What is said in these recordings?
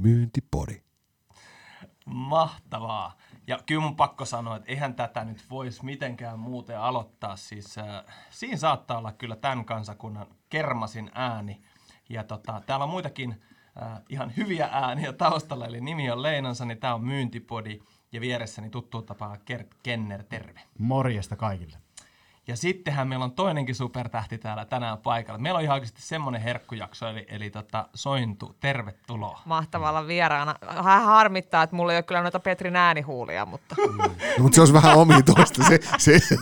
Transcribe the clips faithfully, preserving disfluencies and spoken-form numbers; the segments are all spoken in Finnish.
Myyntipodi. Mahtavaa. Ja kyllä mun pakko sanoa, että eihän tätä nyt voisi mitenkään muuten aloittaa. Siis, äh, siinä saattaa olla kyllä tämän kansakunnan kermasin ääni. Ja tota, täällä on muitakin äh, ihan hyviä ääniä taustalla, eli nimi on Leinonsa, niin tää on Myyntipodi. Ja vieressäni tuttuun tapaa Gert Kenner, terve. Morjesta kaikille. Ja sittenhän meillä on toinenkin supertähti täällä tänään paikalla. Meillä on ihan oikeasti semmoinen herkkujakso, eli, eli tota, Sointu, tervetuloa. Mahtavalla vieraana. Hän harmittaa, että mulla ei ole kyllä noita Petrin äänihuulia, mutta... Mm. No, mutta se olisi vähän omituista. Se, se, se,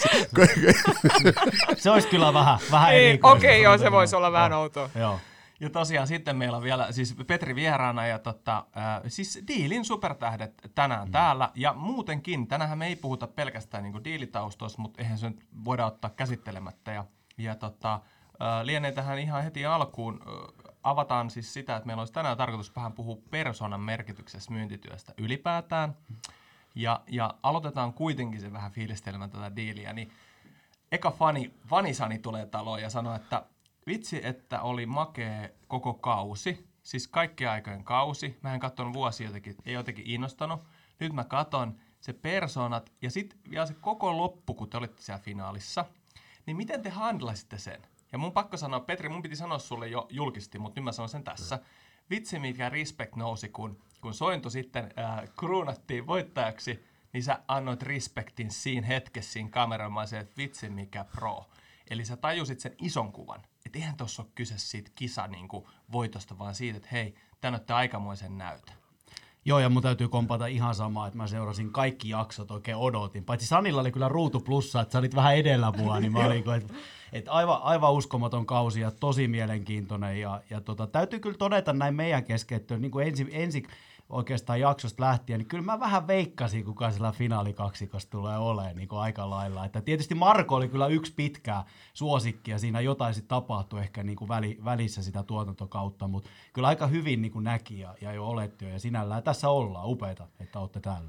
se olisi kyllä vähän, vähän Okei, okay, joo, se voisi olla vähän outoa. Joo. Ja tosiaan sitten meillä on vielä siis Petri vieraana ja tota, äh, siis Diilin supertähdet tänään mm. täällä. Ja muutenkin, tänähän me ei puhuta pelkästään niinku diilitaustoista, mutta eihän se nyt voida ottaa käsittelemättä. Ja, ja tota, äh, lienee tähän ihan heti alkuun. Äh, avataan siis sitä, että meillä olisi tänään tarkoitus vähän puhua persoonan merkityksestä myyntityöstä ylipäätään. Ja, ja aloitetaan kuitenkin se vähän fiilistelemään tätä diiliä. Niin eka fani, fanisani tulee taloon ja sanoo, että vitsi, että oli makea koko kausi, siis kaikkien aikojen kausi. Mä en katsonut vuosia jotenkin, ei jotenkin innostanut. Nyt mä katon se persoonat ja sitten vielä se koko loppu, kun te olitte siellä finaalissa. Niin miten te handlasitte sen? Ja mun pakko sanoa, Petri, mun piti sanoa sulle jo julkisesti, mutta nyt mä sanon sen tässä. Vitsi, mikä respect nousi, kun, kun Sointu sitten äh, kruunattiin voittajaksi, niin sä annoit respektin siinä hetkessä siinä kameramaiseen, että vitsi, mikä pro. Eli sä tajusit sen ison kuvan. Että eihän tuossa ole kyse siitä kisa niin kuin voitosta, vaan siitä, että hei, tän otte aikamoisen näytön. Joo, ja mun täytyy kompata ihan samaa, että mä seurasin kaikki jaksot, oikein odotin. Paitsi Sanilla oli kyllä ruutu plussa, että sä olit vähän edellä mua, niin mä olin, että et aivan, aivan uskomaton kausi ja tosi mielenkiintoinen. Ja, ja tota, täytyy kyllä todeta näin meidän kesken, että niin kuin ensi, ensi oikeastaan jaksosta lähtien, niin kyllä mä vähän veikkasin, kuka sillä finaalikaksikossa tulee olemaan niin kuin aika lailla. Että tietysti Marko oli kyllä yksi pitkää suosikki ja siinä jotain sitten tapahtui ehkä niin kuin väli, välissä sitä tuotantokautta, mutta kyllä aika hyvin niin kuin näki ja, ja jo olette jo ja sinällään tässä ollaan. Upeita, että olette täällä.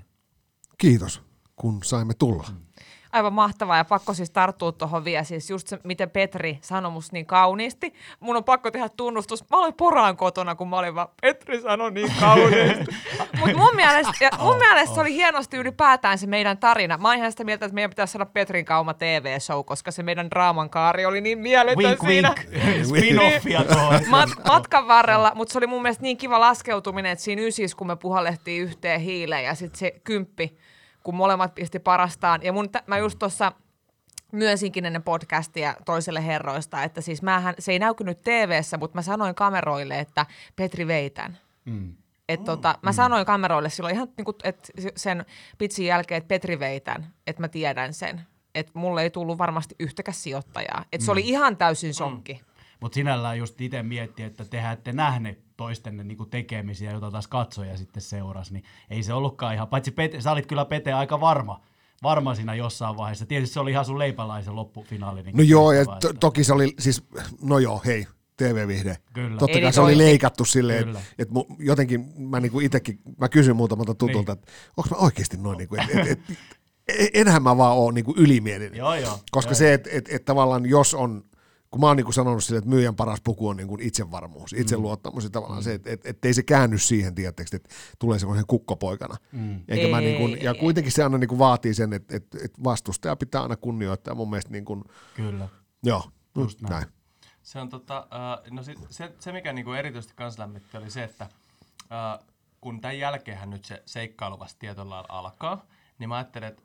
Kiitos, kun saimme tulla. Mm. Aivan mahtavaa ja pakko siis tarttua tuohon vielä, siis just se, miten Petri sanoi musta niin kauniisti. Mun on pakko tehdä tunnustus. Mä olin poraan kotona, kun mä olin vaan, Petri sanoi niin kauniisti. Mutta mun mielestä, ja mun oh, mielestä oh. se oli hienosti ylipäätään se meidän tarina. Mä oon ihan sitä mieltä, että meidän pitäisi saada Petrin kauma T V-show, koska se meidän draaman kaari oli niin mieletön wink, siinä. Wink, spin-offia tuohon. Mat- matkan varrella, mutta se oli mun mielestä niin kiva laskeutuminen, että siinä ysis, kun me puhallehtiin yhteen hiileen ja sitten se kymppi, kun molemmat pisti parastaan. Ja mun, mä just tuossa myönsinkin ennen podcastia toiselle herroista, että siis mähän, se ei näkynyt T V:ssä, mutta mä sanoin kameroille, että Petri veitän. Mm. Et tota, mä mm. sanoin kameroille silloin ihan niin kuin, et sen pitsin jälkeen, että Petri veitän, että mä tiedän sen. Että mulle ei tullut varmasti yhtäkäs sijoittajaa. Että se mm. oli ihan täysin shokki. Mm. Mutta sinällään just itse miettii, että tehän ette nähneet toistenne niinku tekemisiä, joita taas katsoja sitten seurasi, niin ei se ollutkaan ihan, paitsi Pete, sä olit kyllä Pete aika varma, varma siinä jossain vaiheessa. Tietysti se oli ihan sun leipäläisen loppufinaali. Niin no joo, ja to, toki se oli siis, no joo, hei, T V-vihde. Kyllä. Totta kai se oli leikattu silleen, että et jotenkin mä niinku itekin, mä kysyin muutamalta tutulta, niin. että onko mä oikeasti noin, niinku, että et, et, enhän mä vaan ole niinku ylimielinen. Joo, joo. Koska joo, se, että et, et tavallaan jos on, kun mä oon niinku sanonut sille, että myyjän paras puku on niinku itsevarmuus, itseluottamus ja tavallaan mm. se, että et, et ei se käänny siihen, tietysti, että tulee semmoisen kukkopoikana. Mm. Eikä ei, mä niinku, ja kuitenkin se aina niinku vaatii sen, että et, et vastustaja pitää aina kunnioittaa mun mielestä. Niinku, kyllä. Joo, just näin. näin. Se on tota, uh, no se, se, se mikä niinku erityisesti kans lämmitti oli se, että uh, kun tämän jälkeenhän nyt se seikkailu vasta tietyllä lailla alkaa, niin mä ajattelin, että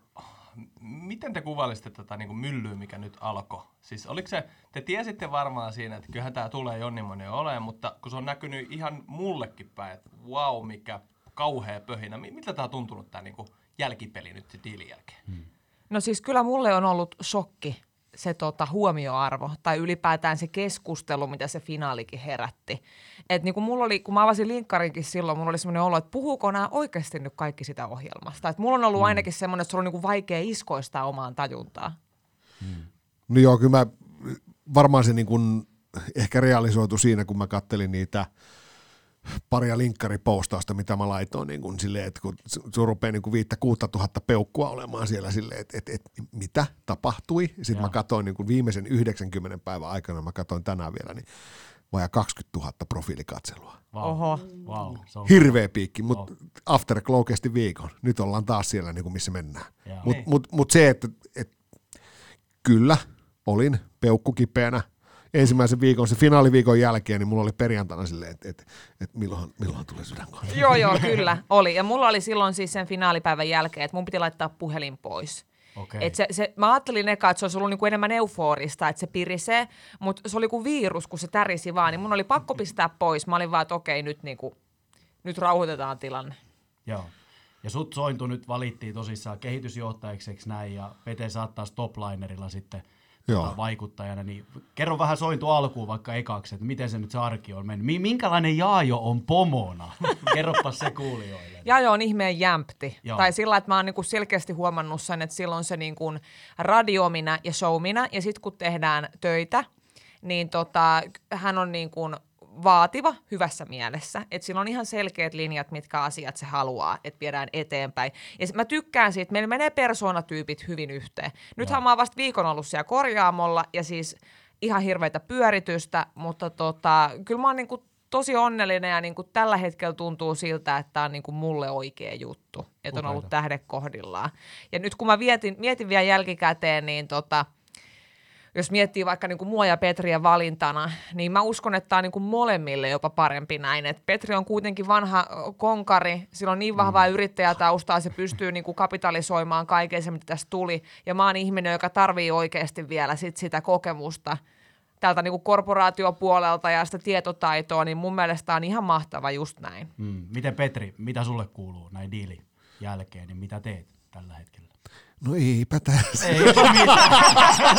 miten te kuvailisitte tätä niin kuin myllyä, mikä nyt alkoi? Siis oliko se, te tiesitte varmaan siinä, että kyllähän tämä tulee jonninmoinen olemaan, mutta kun se on näkynyt ihan mullekin päin, että vau, wow, mikä kauhea pöhinä. Miltä tämä on tuntunut tämä niin kuin jälkipeli nyt diilin jälkeen? Hmm. No siis kyllä mulle on ollut shokki se tota, huomioarvo tai ylipäätään se keskustelu, mitä se finaalikin herätti. Et niin kun mulla oli, kun mä avasin linkkarinkin silloin, mulla oli semmoinen olo, että puhuuko nämä oikeasti nyt kaikki sitä ohjelmasta. Et mulla on ollut mm. ainakin semmoinen, että se on niin kuin vaikea iskoistaa omaan tajuntaan. Mm. No joo, kyllä mä, varmaan se niin kuin ehkä realisoitu siinä, kun mä kattelin niitä paria linkkaripostausta, mitä mä laitoin niin kuin silleen, että kun se rupeaa niin kuin viittä kuutta tuhatta peukkua olemaan siellä silleen, että, että, että mitä tapahtui. Sitten mä katsoin niin kuin viimeisen yhdeksänkymmentä päivän aikana, mä katsoin tänään vielä, niin vajaa kaksikymmentätuhatta profiilikatselua. Wow. Oho. Wow. Se on Hirveä piikki, mutta Afterglow kesti viikon. Nyt ollaan taas siellä, niin kuin missä mennään. Mutta mut, mut se, että et, kyllä, olin peukkukipeänä. Ensimmäisen viikon, se finaaliviikon jälkeen, niin mulla oli perjantaina silleen, että et, et milloin, milloin tulee sydänkohta. Joo, joo, kyllä, oli. Ja mulla oli silloin siis sen finaalipäivän jälkeen, että mun piti laittaa puhelin pois. Okay. Et se, se, mä ajattelin eka, että se olisi ollut niinku enemmän euforista, että se pirisee, mutta se oli kuin virus, kun se tärisi vaan, niin mun oli pakko pistää pois. Mä olin vaan, että okei, nyt, niinku, nyt rauhoitetaan tilanne. Joo. Ja sut Sointu nyt valittiin tosissaan kehitysjohtajaksi näin, ja Pete saattaa toplinerilla sitten tuota, vaikuttajana. Niin kerro vähän Sointu alkuun vaikka ekaksi, että miten se nyt se arki on mennyt. Minkälainen Jaajo on pomona? Kerropas se kuulijoille. Jaajo on ihmeen jämpti. Joo. Tai sillä, että mä oon niinku selkeästi huomannut sen, että silloin se niinku radiominä ja showminä, ja sitten kun tehdään töitä, niin tota, hän on niinku vaativa hyvässä mielessä. Että sillä on ihan selkeät linjat, mitkä asiat se haluaa, että viedään eteenpäin. Ja mä tykkään siitä, että meillä menee persoonatyypit hyvin yhteen. Nythän mä oon vasta viikon ollut siellä korjaamolla, ja siis ihan hirveitä pyöritystä, mutta tota, kyllä mä oon niinku tosi onnellinen, ja niinku tällä hetkellä tuntuu siltä, että tämä on niinku mulle oikea juttu, että on ollut tähde kohdillaan. Ja nyt kun mä mietin, mietin vielä jälkikäteen, niin tota, jos miettii vaikka niinku mua ja Petriä valintana, niin mä uskon, että tämä on niinku molemmille jopa parempi näin. Et Petri on kuitenkin vanha konkari, sillä on niin vahvaa mm. yrittäjätaustaa, se pystyy niinku kapitalisoimaan kaiken se, mitä tässä tuli. Ja mä oon ihminen, joka tarvii oikeasti vielä sit sitä kokemusta tältä niinku korporaatiopuolelta ja sitä tietotaitoa, niin mun mielestä on ihan mahtava just näin. Mm. Miten Petri, mitä sulle kuuluu näin diilin jälkeen, niin mitä teet tällä hetkellä? No eipä tässä. Eipä mitään.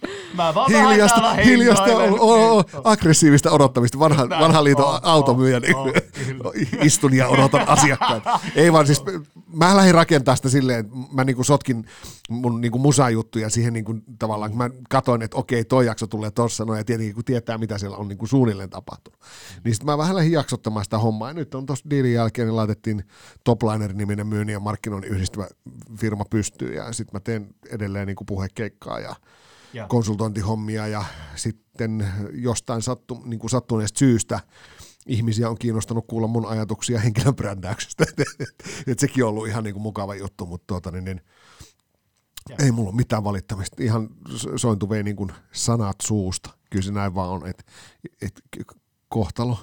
Mä vaan hiljasta, vähän hiljasta o, o, aggressiivista odottamista. Vanha, vanha liiton oh, automyyjä, niin oh, istun ja odotan asiakkaita. Ei vaan siis, mä lähdin rakentamaan sitä silleen, että mä niinku sotkin mun niinku musajuttuja siihen niinku tavallaan, kun mä katsoin, että okei, toi jakso tulee tossa, no ja tietenkin kun tietää, mitä siellä on niinku suunnilleen tapahtunut. Niin sit mä vähän lähdin jaksottamaan sitä hommaa, ja nyt on tossa diilin jälkeen, niin laitettiin Topliner-niminen myynnin ja markkinoinnin yhdistävä firma pystyyn, ja sitten mä teen edelleen niinku puhekeikkaa ja ja konsultointihommia, ja sitten jostain sattu, niin kuin sattuneesta syystä ihmisiä on kiinnostanut kuulla mun ajatuksia henkilön brändäyksestä. Et sekin on ollut ihan niin kuin mukava juttu, mutta tuota, niin, niin, ei mulla ole mitään valittamista. Ihan Sointu vei niin kuin sanat suusta. Kyllä se näin vaan on, että et kohtalo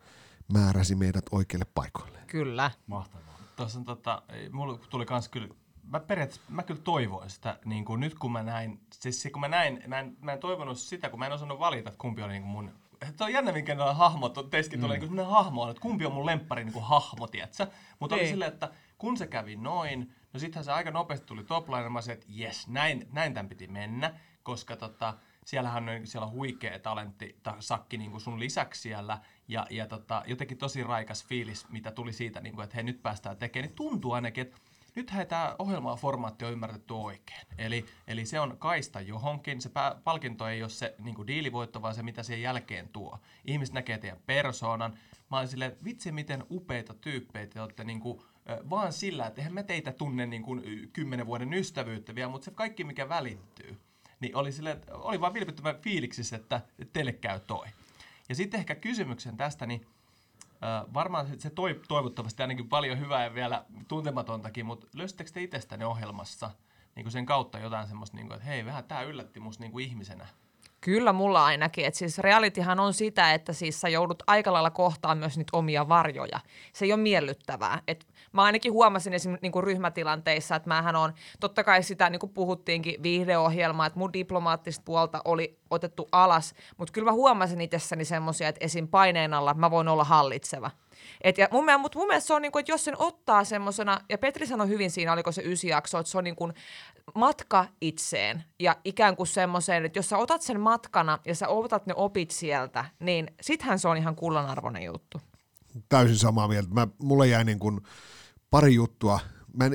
määräsi meidät oikeille paikoille. Kyllä. Mahtavaa. Tuossa on tota, mulla tuli kans kyllä Mä periaatteessa, mä kyllä toivoin sitä, niin kuin nyt kun mä näin, siis kun mä näin, mä en, mä en toivonut sitä, kun mä en osannut valita, että kumpi oli niin kuin mun, että on jännä, minkä nämä hahmot, teissäkin tulee niin kuin hahmo, että kumpi on mun lemppari niin kuin hahmo, tietsä? Mutta oli silleen, että kun se kävi noin, no sittenhän se aika nopeasti tuli topliner, mä sanoin, että jes, näin, näin tämän piti mennä, koska tota, siellähän on, siellä on huikea talentti, ta, sakki niin kuin sun lisäksi siellä, ja, ja tota, jotenkin tosi raikas fiilis, mitä tuli siitä, niin kuin, että hei nyt päästään tekemään, niin tuntuu ainakin, että nythän tämä ohjelma-formaatti on ymmärretty oikein. Eli, eli se on kaista johonkin. Se pää, palkinto ei ole se niin kuin diilivoitto, vaan se, mitä siihen jälkeen tuo. Ihmiset näkee teidän persoonan. Mä olin silleen, että vitsi, miten upeita tyyppejä te olette niin kuin, vaan sillä, että eihän me teitä tunne niin kuin kymmenen vuoden ystävyyttä vielä, mutta se kaikki, mikä välittyy, niin oli, silleen, että oli vaan vilpittömän fiiliksissä, että teille käy toi. Ja sitten ehkä kysymyksen tästä, niin Uh, varmaan se toi, toivottavasti ainakin paljon hyvää ja vielä tuntematontakin, mutta löysittekö te itsestäni ohjelmassa niin sen kautta jotain semmoista, niin kuin, että hei, vähän tämä yllätti musta niin kuin ihmisenä? Kyllä mulla ainakin. Et siis realityhan on sitä, että siis sä joudut aika lailla kohtaan myös niitä omia varjoja. Se ei ole miellyttävää. Et mä ainakin huomasin esimerkiksi niinku ryhmätilanteissa, että mähän on, totta kai sitä niin kuin puhuttiinkin viihdeohjelmaa, että mun diplomaattista puolta oli otettu alas, mutta kyllä mä huomasin itsessäni semmoisia, että esim. Paineen alla mä voin olla hallitseva. Et ja mun, mielestä, mutta mun mielestä se on niin kuin, että jos sen ottaa semmosena, ja Petri sanoi hyvin siinä, oliko se ysi jakso, että se on niin kuin matka itseen ja ikään kuin semmoiseen, että jos sä otat sen matkana ja sä otat ne opit sieltä, niin sittenhän se on ihan kullanarvoinen juttu. Täysin samaa mieltä. Mä, mulle jäi niin kuin pari juttua. Mä en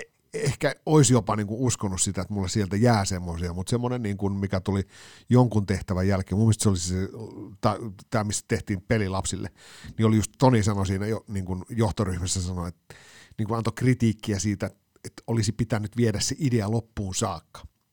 ehkä olisi jopa niin kuin uskonut sitä, että mulle sieltä jää semmoisia, mutta semmoinen, niin kuin, mikä tuli jonkun tehtävän jälkeen, mun mielestä se oli se, tämä, missä tehtiin peli lapsille, niin oli just Toni sanoi siinä jo, niin kuin johtoryhmässä sanoi, että niin kuin antoi kritiikkiä siitä, että olisi pitänyt viedä se idea loppuun saakka.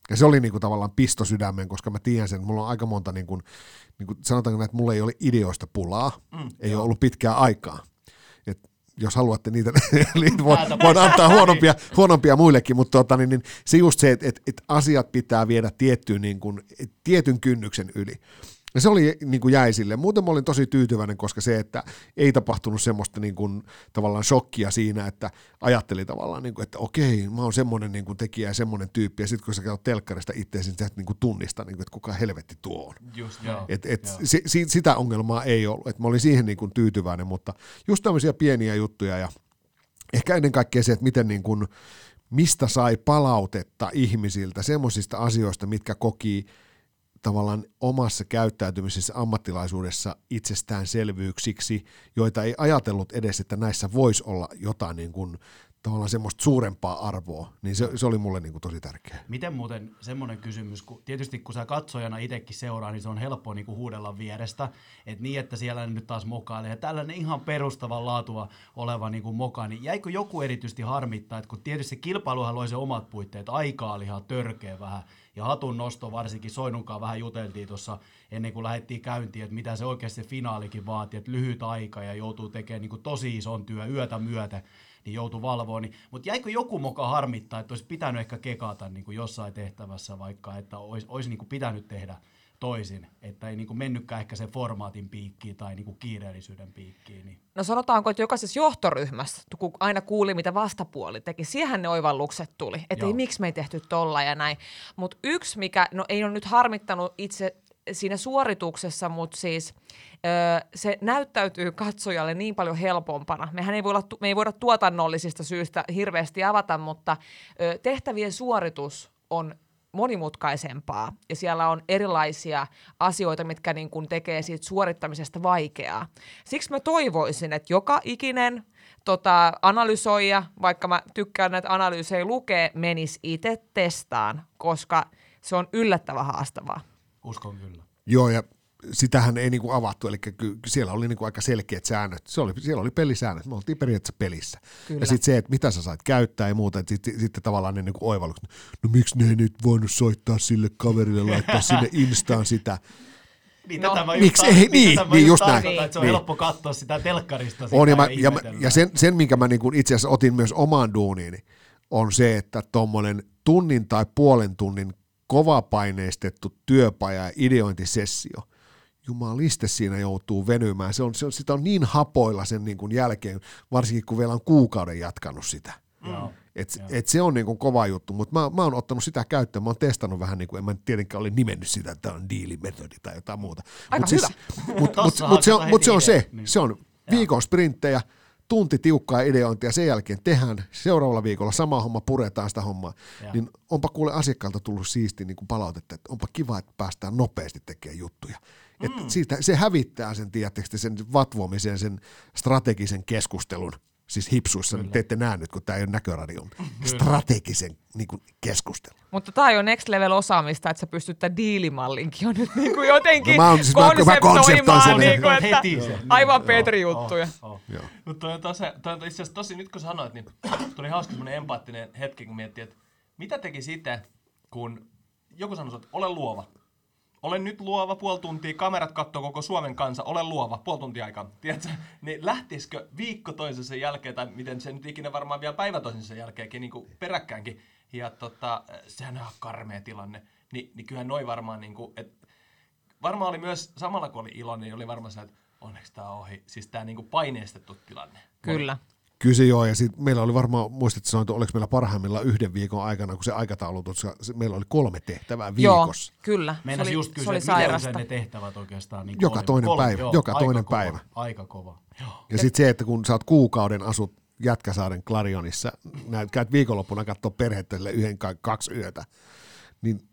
Ja se oli niinku tavallaan pisto sydämeen, koska mä tiedän sen, että mulla on aika monta, niinku, niinku sanotaanko, että mulla ei ole ideoista pulaa, mm, ei joo. ole ollut pitkää aikaa. Et jos haluatte niitä, niin voin, voin antaa huonompia, huonompia muillekin, mutta tota, niin, niin, se just se, että et, et asiat pitää viedä tiettyyn, niin kuin, tietyn kynnyksen yli. Ja se oli, niin kuin jäi sille. Muuten mä olin tosi tyytyväinen, koska se, että ei tapahtunut semmoista niin kuin, tavallaan shokkia siinä, että ajatteli tavallaan, niin kuin, että okei, mä oon semmoinen niin kuin tekijä ja semmoinen tyyppi, ja sitten kun sä käyt telkkarista itseäsi, niin sä et niin kuin tunnista, niin kuin, että kuka helvetti tuo on. Just, joo. Et, et, si, si, sitä ongelmaa ei ollut, että mä olin siihen niin kuin tyytyväinen, mutta just tämmöisiä pieniä juttuja, ja ehkä ennen kaikkea se, että miten niin kuin, mistä sai palautetta ihmisiltä semmoisista asioista, mitkä koki tavallaan omassa käyttäytymisessä ammattilaisuudessa itsestäänselvyyksiksi, joita ei ajatellut edes, että näissä voisi olla jotain niin kuin, tavallaan semmoista suurempaa arvoa, niin se, se oli mulle niin kuin tosi tärkeää. Miten muuten semmoinen kysymys, kun tietysti kun sä katsojana itsekin seuraa, niin se on helppo niin kuin huudella vierestä, että niin, että siellä nyt taas mokailee, ja tällainen ihan perustavan laatua oleva niin kuin moka, niin jäikö joku erityisesti harmittaa, että kun tietysti kilpailuhan loi se omat puitteet, aikaa oli ihan törkeä vähän, ja hatun nosto varsinkin, Soinunkaan vähän juteltiin tuossa ennen kuin lähdettiin käyntiin, että mitä se oikeasti se finaalikin vaatii, että lyhyt aika ja joutuu tekemään niin kuin tosi ison työ yötä myöten, niin joutui valvoa. Niin, mutta jäikö joku moka harmittaa, että olisi pitänyt ehkä kekata niin kuin jossain tehtävässä vaikka, että olisi, olisi niin kuin pitänyt tehdä toisin, että ei niin kuin mennytkään ehkä sen formaatin piikkiin tai niin kuin kiireellisyyden piikkiin. Niin. No sanotaanko, että jokaisessa johtoryhmässä, kun aina kuuli, mitä vastapuoli teki, siihen ne oivallukset tuli, että ei miksi me ei tehty tolla ja näin. Mutta yksi, mikä no ei ole nyt harmittanut itse siinä suorituksessa, mutta siis öö, se näyttäytyy katsojalle niin paljon helpompana. Mehän ei, voi olla, me ei voida tuotannollisista syistä hirveästi avata, mutta öö, tehtävien suoritus on monimutkaisempaa ja siellä on erilaisia asioita, mitkä niin kuin tekee siitä suorittamisesta vaikeaa. Siksi mä toivoisin, että joka ikinen tota, analysoija, vaikka mä tykkään näitä analyysejä lukea, menisi itse testaan, koska se on yllättävän haastavaa. Uskon kyllä. Joo, ja sitähän ei niinku avattu, eli ky- siellä oli niinku aika selkeät säännöt. Se oli, siellä oli pelisäännöt, me oltiin periaatteessa pelissä. Kyllä. Ja sitten se, että mitä sä sait käyttää ja muuta, että sitten sit tavallaan ne niinku oivallukset, no miksi ne ei nyt voinut soittaa sille kaverille, laittaa sinne Instaan sitä. Niin, no. Miksi ei, niin, niin just näin. Että se on niin. helppo katsoa sitä telkkarista. On, ja, mä, ja, ja sen, sen, minkä mä niinku itse asiassa otin myös omaan duuniini, on se, että tuommoinen tunnin tai puolen tunnin kovapaineistettu työpaja ja ideointisessio, jumaliste siinä joutuu venymään. Se on, se on, sitä on niin hapoilla sen niin kuin jälkeen, varsinkin kun vielä on kuukauden jatkanut sitä. Mm. Et, et se on niin kuin kova juttu, mutta mä, mä oon ottanut sitä käyttöön, mä oon testannut vähän, niin kuin, en mä tietenkään ole nimennyt sitä, että tämä on diilimetodi tai jotain muuta. Aika mut hyvä. Siis, mutta mut, mut se on, mut se, on se, niin. se on viikon sprinttejä, tunti tiukkaa ideointia, sen jälkeen tehdään, seuraavalla viikolla sama homma, puretaan sitä hommaa, ja. Niin onpa kuule asiakkaalta tullut siisti niin kuin palautetta, että onpa kiva, että päästään nopeasti tekemään juttuja. Mm. Että siitä, se hävittää sen, tiedättekö, sen vatvoamisen, sen strategisen keskustelun, siis hipsuissa, te ette näe nyt, kun tämä ei ole näköradio, strategisen niin kuin, keskustelun. Mutta tämä on jo next level osaamista, että sä pystyt tämän diilimallinkin jo nyt niin kuin jotenkin no, siis konseptoimaan, niin kuin, että heti sen. aivan Petri-juttuja. Oh, oh. Mutta toi on, tosi, toi on itse asiassa tosi, nyt kun sanoit, niin tuli hauska semmoinen empaattinen hetki, kun miettii, että mitä teki sitten, kun joku sanoi, että ole luova. Olen nyt luova puoli tuntia, kamerat katsoo koko Suomen kansa, ole luova puoli tuntia aikaa. Tiedätkö, niin lähtisikö viikko toisensa jälkeen, tai miten se nyt ikinä varmaan vielä päivä toisensa jälkeenkin, niin kuin peräkkäänkin. Ja tota, sehän on ihan karmea tilanne. Ni, niin kyllähän noi varmaan, niin kuin, että varmaan oli myös, samalla kun oli iloinen, niin oli varmaan se, että onneksi tämä on ohi. Siis tämä niin kuin paineistettu tilanne. Kyllä. Kyllä se joo, ja sitten meillä oli varmaan, muistat sanoa, oliko meillä parhaimmillaan yhden viikon aikana, kun se aikataulu, meillä oli kolme tehtävää viikossa. Joo, kyllä. Meinasin se oli, just kysyä, se oli että miten ne tehtävät oikeastaan? Niin joka oli? toinen kolme, päivä, joo, joka toinen kova, päivä. Aika kova. Joo. Ja sitten se, että kun sä oot kuukauden asut Jätkäsaaren Clarionissa, näet, käyt viikonloppuna katsoa perhettä sille yhden, kaksi yötä, niin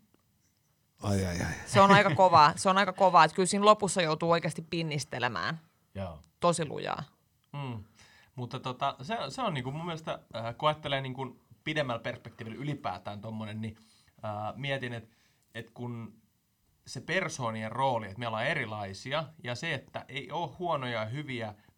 ai ai ai. Se on aika kovaa, se on aika kovaa, että kyllä siinä lopussa joutuu oikeasti pinnistelemään. Joo. Tosi lujaa. Mm. Mutta tota, se, se on niinku mun mielestä, äh, kun ajattelee niinku pidemmällä perspektiivillä ylipäätään tommonen, niin äh, mietin, että et kun se persoonien rooli, että me ollaan erilaisia, ja se, että ei ole huonoja ja hyviä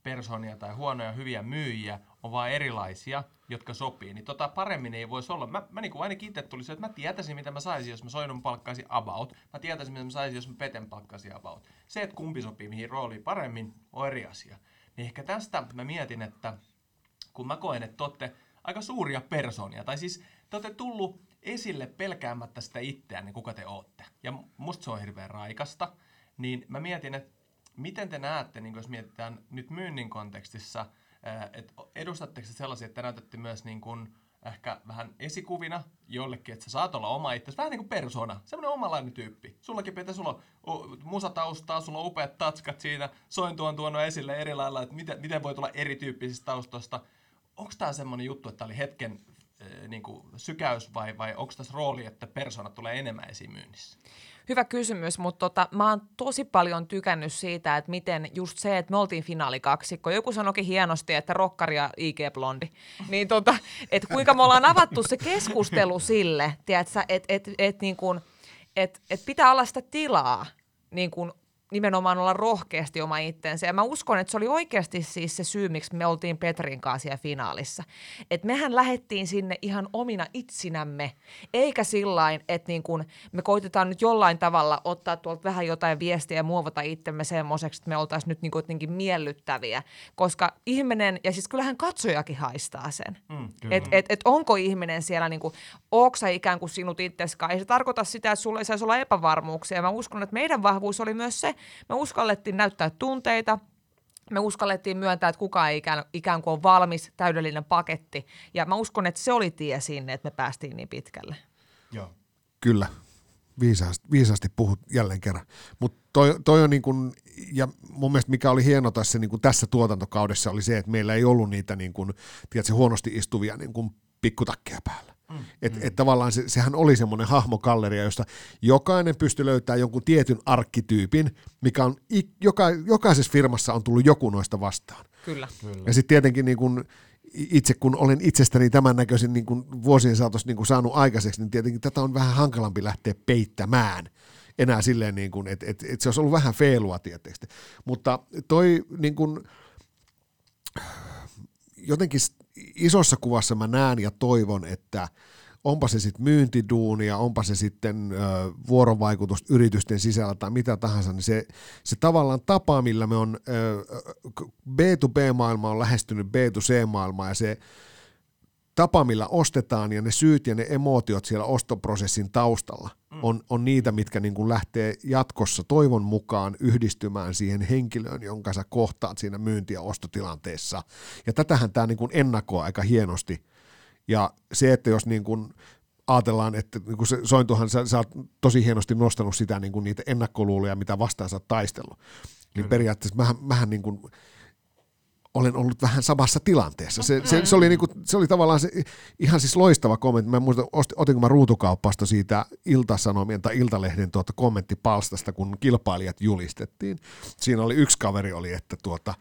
persoonia tai huonoja hyviä myyjiä, on vaan erilaisia, jotka sopii. Niin tota paremmin ei voisi olla. Mä, mä niin ainakin itse tuli se, että mä tietäisin, mitä mä saisin, jos mä Soinun palkkaisin about. Mä tietäisin, mitä mä saisin, jos mä Peten palkkaisin about. Se, että kumpi sopii mihin rooliin paremmin, on eri asia. Niin ehkä tästä mä mietin, että kun mä koen, että te olette aika suuria persoonia, tai siis te olette tullut esille pelkäämättä sitä itseänne, kuka te ootte. Ja musta se on hirveän raikasta. Niin mä mietin, että miten te näette, niin jos mietitään nyt myynnin kontekstissa, että edustatteko te sellaisia, että te näytätte myös niin kuin ehkä vähän esikuvina jollekin, että sä saat olla oma itsesi, vähän niin kuin persona, semmoinen omalainen tyyppi. Sullakin pitää, sulla on musataustaa, sulla on upeat tatskat siinä, Sointu on tuonut esille eri lailla, että miten, miten voi tulla erityyppisistä taustoista. Onko tämä semmoinen juttu, että tämä oli hetken äh, niin kuin sykäys vai, vai onko tässä rooli, että persona tulee enemmän esiin myynnissä? Hyvä kysymys, mutta tota, mä oon tosi paljon tykännyt siitä, että miten just se, että me oltiin finaalikaksikko. Joku sanoikin hienosti, että rokkari ja I G-blondi. Niin tota, että kuinka me ollaan avattu se keskustelu sille, tiedätkö, että et, et, niin kun, et, et pitää olla sitä tilaa niin kun nimenomaan olla rohkeasti oma itsensä. Ja mä uskon, että se oli oikeasti siis se syy, miksi me oltiin Petrin kanssa siellä finaalissa. Että mehän lähdettiin sinne ihan omina itsinämme, eikä sillain, että niin kun me koitetaan nyt jollain tavalla ottaa tuolta vähän jotain viestiä ja muovata itsemme semmoiseksi, että me oltaisiin nyt niin jotenkin miellyttäviä. Koska ihminen, ja siis kyllähän katsojakin haistaa sen. Mm, että et, et onko ihminen siellä, niin kuin, ootko sä ikään kuin sinut itseskaan. Ei se tarkoita sitä, että sulla ei saisi olla epävarmuuksia. Ja mä uskon, että meidän vahvuus oli myös se, me uskallettiin näyttää tunteita, me uskallettiin myöntää, että kukaan ei ikään, ikään kuin ole valmis, täydellinen paketti. Ja mä uskon, että se oli tie sinne, että me päästiin niin pitkälle. Joo. Kyllä, viisaasti, viisaasti puhut jälleen kerran. Mutta toi, toi on niin kuin, ja mun mielestä mikä oli hieno tässä, niin kuin tässä tuotantokaudessa oli se, että meillä ei ollut niitä niin kuin, tiedätkö, huonosti istuvia niin kuin pikkutakkeja päällä. Mm, että mm. et tavallaan se, sehän oli semmoinen hahmokalleria, josta jokainen pystyi löytämään jonkun tietyn arkkityypin, mikä on joka, jokaisessa firmassa on tullut joku noista vastaan. Kyllä. Kyllä. Ja sitten tietenkin niin kun, itse kun olen itsestäni tämän näköisin niin kun vuosien saatossa niin kun saanut aikaiseksi, niin tietenkin tätä on vähän hankalampi lähteä peittämään enää silleen, niin että et, et se olisi ollut vähän feilua tietysti. Mutta toi niin kun, jotenkin isossa kuvassa mä näen ja toivon, että onpa se sitten myyntiduunia, onpa se sitten ö, vuorovaikutus yritysten sisällä tai mitä tahansa, niin se, se tavallaan tapa, millä me on ö, B to B-maailma on lähestynyt B to C-maailmaa ja se tapa, millä ostetaan ja ne syyt ja ne emootiot siellä ostoprosessin taustalla on, on niitä, mitkä niin kuin lähtee jatkossa toivon mukaan yhdistymään siihen henkilöön, jonka sä kohtaat siinä myynti- ja ostotilanteessa. Ja tätähän tämä niin kuin ennakoi aika hienosti. Ja se, että jos niin kuin ajatellaan, että niin kuin se, Sointuhan, sä, sä oot tosi hienosti nostanut sitä niin kuin niitä ennakkoluuloja, mitä vastaan sä oot taistellut, niin periaatteessa mähän, mähän niin kuin olen ollut vähän samassa tilanteessa. Se, se, se, oli, niinku, se oli tavallaan se, ihan siis loistava kommentti. Mä muistan, otinko mä ruutukauppasta siitä Ilta-Sanomien tai Iltalehden tuota kommenttipalstasta, kun kilpailijat julistettiin. Siinä oli yksi kaveri, oli, että tuota,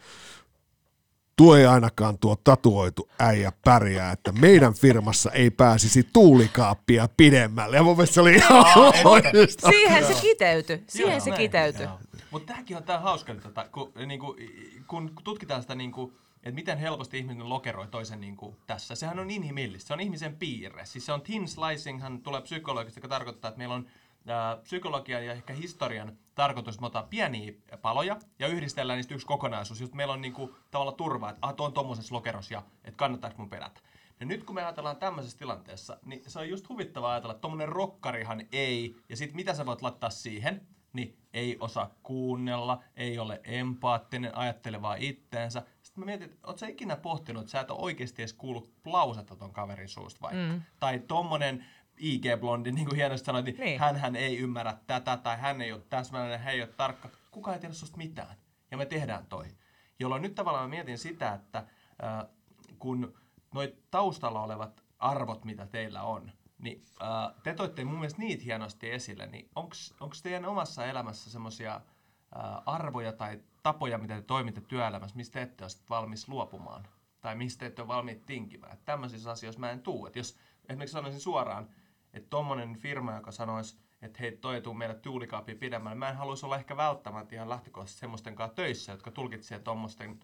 tuo ei ainakaan tuo tatuoitu äijä pärjää, että meidän firmassa ei pääsisi tuulikaappia pidemmälle. Ja mun mielestä se oli ihan loistava. Siihen se kiteytyi. Siihen Joo, se kiteytyi. Mutta tämäkin on tää hauska, tota, kun, niinku, kun tutkitaan sitä, niinku, että miten helposti ihminen lokeroi toisen niinku, tässä. Sehän on inhimillistä, se on ihmisen piirre. Siis se on thin slicinghan tulee psykologista, joka tarkoittaa, että meillä on ää, psykologian ja ehkä historian tarkoitus, että me otetaan pieniä paloja ja yhdistellään niistä yksi kokonaisuus, just meillä on niinku, tavallaan turva, että ah, tuo on tommosessa lokeros ja että kannattaako mun perätä. Ja nyt kun me ajatellaan tämmöisessä tilanteessa, niin se on just huvittavaa ajatella, että tommonen rokkarihan ei, ja sit mitä sä voit laittaa siihen, niin ei osaa kuunnella, ei ole empaattinen, ajattelevaa itteensä. Sitten mä mietin, että oot sä ikinä pohtinut, että sä et ole oikeasti edes kuullut lausetta ton kaverin suusta vaikka. Mm. Tai tommonen I G-blondi, niin kuin hienosti sanoit, niin, niin. Hänhän ei ymmärrä tätä, tai hän ei ole täsmällinen, hän ei ole tarkka. Kukaan ei tiedä susta mitään. Ja me tehdään toi. Jolloin nyt tavallaan mä mietin sitä, että äh, kun noi taustalla olevat arvot, mitä teillä on, niin äh, te toitte mun mielestä niitä hienosti esille, niin onko teidän omassa elämässä semmoisia äh, arvoja tai tapoja, mitä te toimitte työelämässä, mistä te ette ole valmis luopumaan? Tai mistä te ette ole valmiit tinkimään? Että tämmöisissä asioissa mä en tuu. Että jos esimerkiksi sanoisin suoraan, että tommonen firma, joka sanoisi, että hei, toi ei tuu meille tuulikaappia pidemmälle, mä en haluaisi olla ehkä välttämättä ihan lähtökohtaisesti semmoisten kanssa töissä, jotka tulkitsee tommosten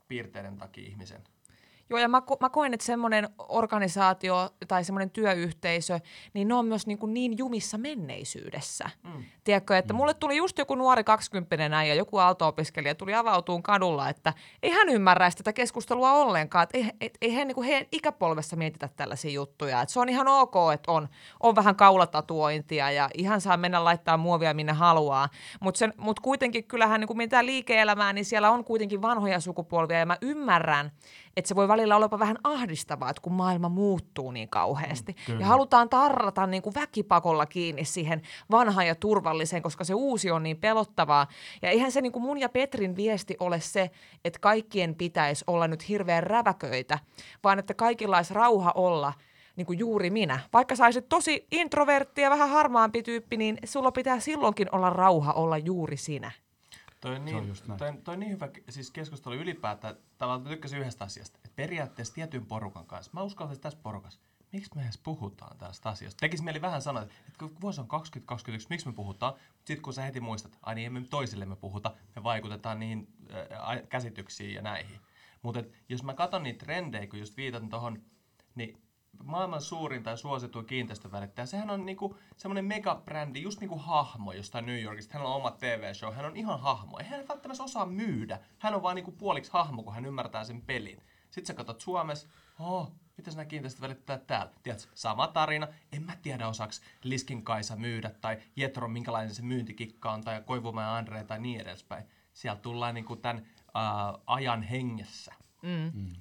piirteiden takia ihmisen. Joo, ja mä, ko- mä koen, että semmoinen organisaatio tai semmoinen työyhteisö, niin ne on myös niin, kuin niin jumissa menneisyydessä. Mm. Tiedätkö, että mm. mulle tuli just joku nuori kaksikymppinen äijä, joku aalto-opiskelija tuli avautuun kadulla, että ei hän ymmärrä tätä keskustelua ollenkaan, että ei, et, ei hän niin kuin heidän ikäpolvessa mietitä tällaisia juttuja. Että se on ihan ok, että on, on vähän kaulatatuointia ja ihan saa mennä laittaa muovia minne haluaa, mutta mut kuitenkin kyllähän niin kuin mietitään liike-elämää, niin siellä on kuitenkin vanhoja sukupolvia ja mä ymmärrän, että se voi välillä olla vähän ahdistavaa, että kun maailma muuttuu niin kauheasti. Mm, ja halutaan tarrata niin kuin väkipakolla kiinni siihen vanhaan ja turvalliseen, koska se uusi on niin pelottavaa. Ja eihän se niin kuin mun ja Petrin viesti ole se, että kaikkien pitäisi olla nyt hirveän räväköitä, vaan että kaikilla olisi rauha olla niin kuin juuri minä. Vaikka sä olisit tosi introvertti ja vähän harmaampi tyyppi, niin sulla pitää silloinkin olla rauha olla juuri sinä. Toi on niin, toi, toi niin hyvä siis keskustelu ylipäätään. Tavallaan tykkäsin yhdestä asiasta. Että periaatteessa tietyn porukan kanssa, mä uskaltaisin tässä porukassa, miksi me edes puhutaan tästä asiasta? Tekisi mieli vähän sanoa, että kun vuosi on kaksituhattakaksikymmentä kaksikymmentäyksi, miksi me puhutaan? Sitten kun sä heti muistat, ai niin, emme toisillemme puhuta, me vaikutetaan niihin äh, käsityksiin ja näihin. Mutta jos mä katson niitä trendejä, kun just viitan tohon, niin maailman suurin tai suosituin kiinteistövälittäjä, sehän on niinku semmoinen megabrändi, just niinku hahmo jostain New Yorkista. Hänellä on oma T V-show, hän on ihan hahmo. Ei hän välttämättä osaa myydä. Hän on vaan niinku puoliksi hahmo, kun hän ymmärtää sen pelin. Sitten sä katsot Suomessa, oh, mitäs nämä kiinteistövälittäjät täällä? Tiedätkö, sama tarina. En mä tiedä, osaaks Liskin Kaisa myydä tai Jetro, minkälainen se myyntikikka on, tai Koivumäen Andre tai niin edespäin. Sieltä tullaan niinku tämän uh, ajan hengessä. Mm. Mm.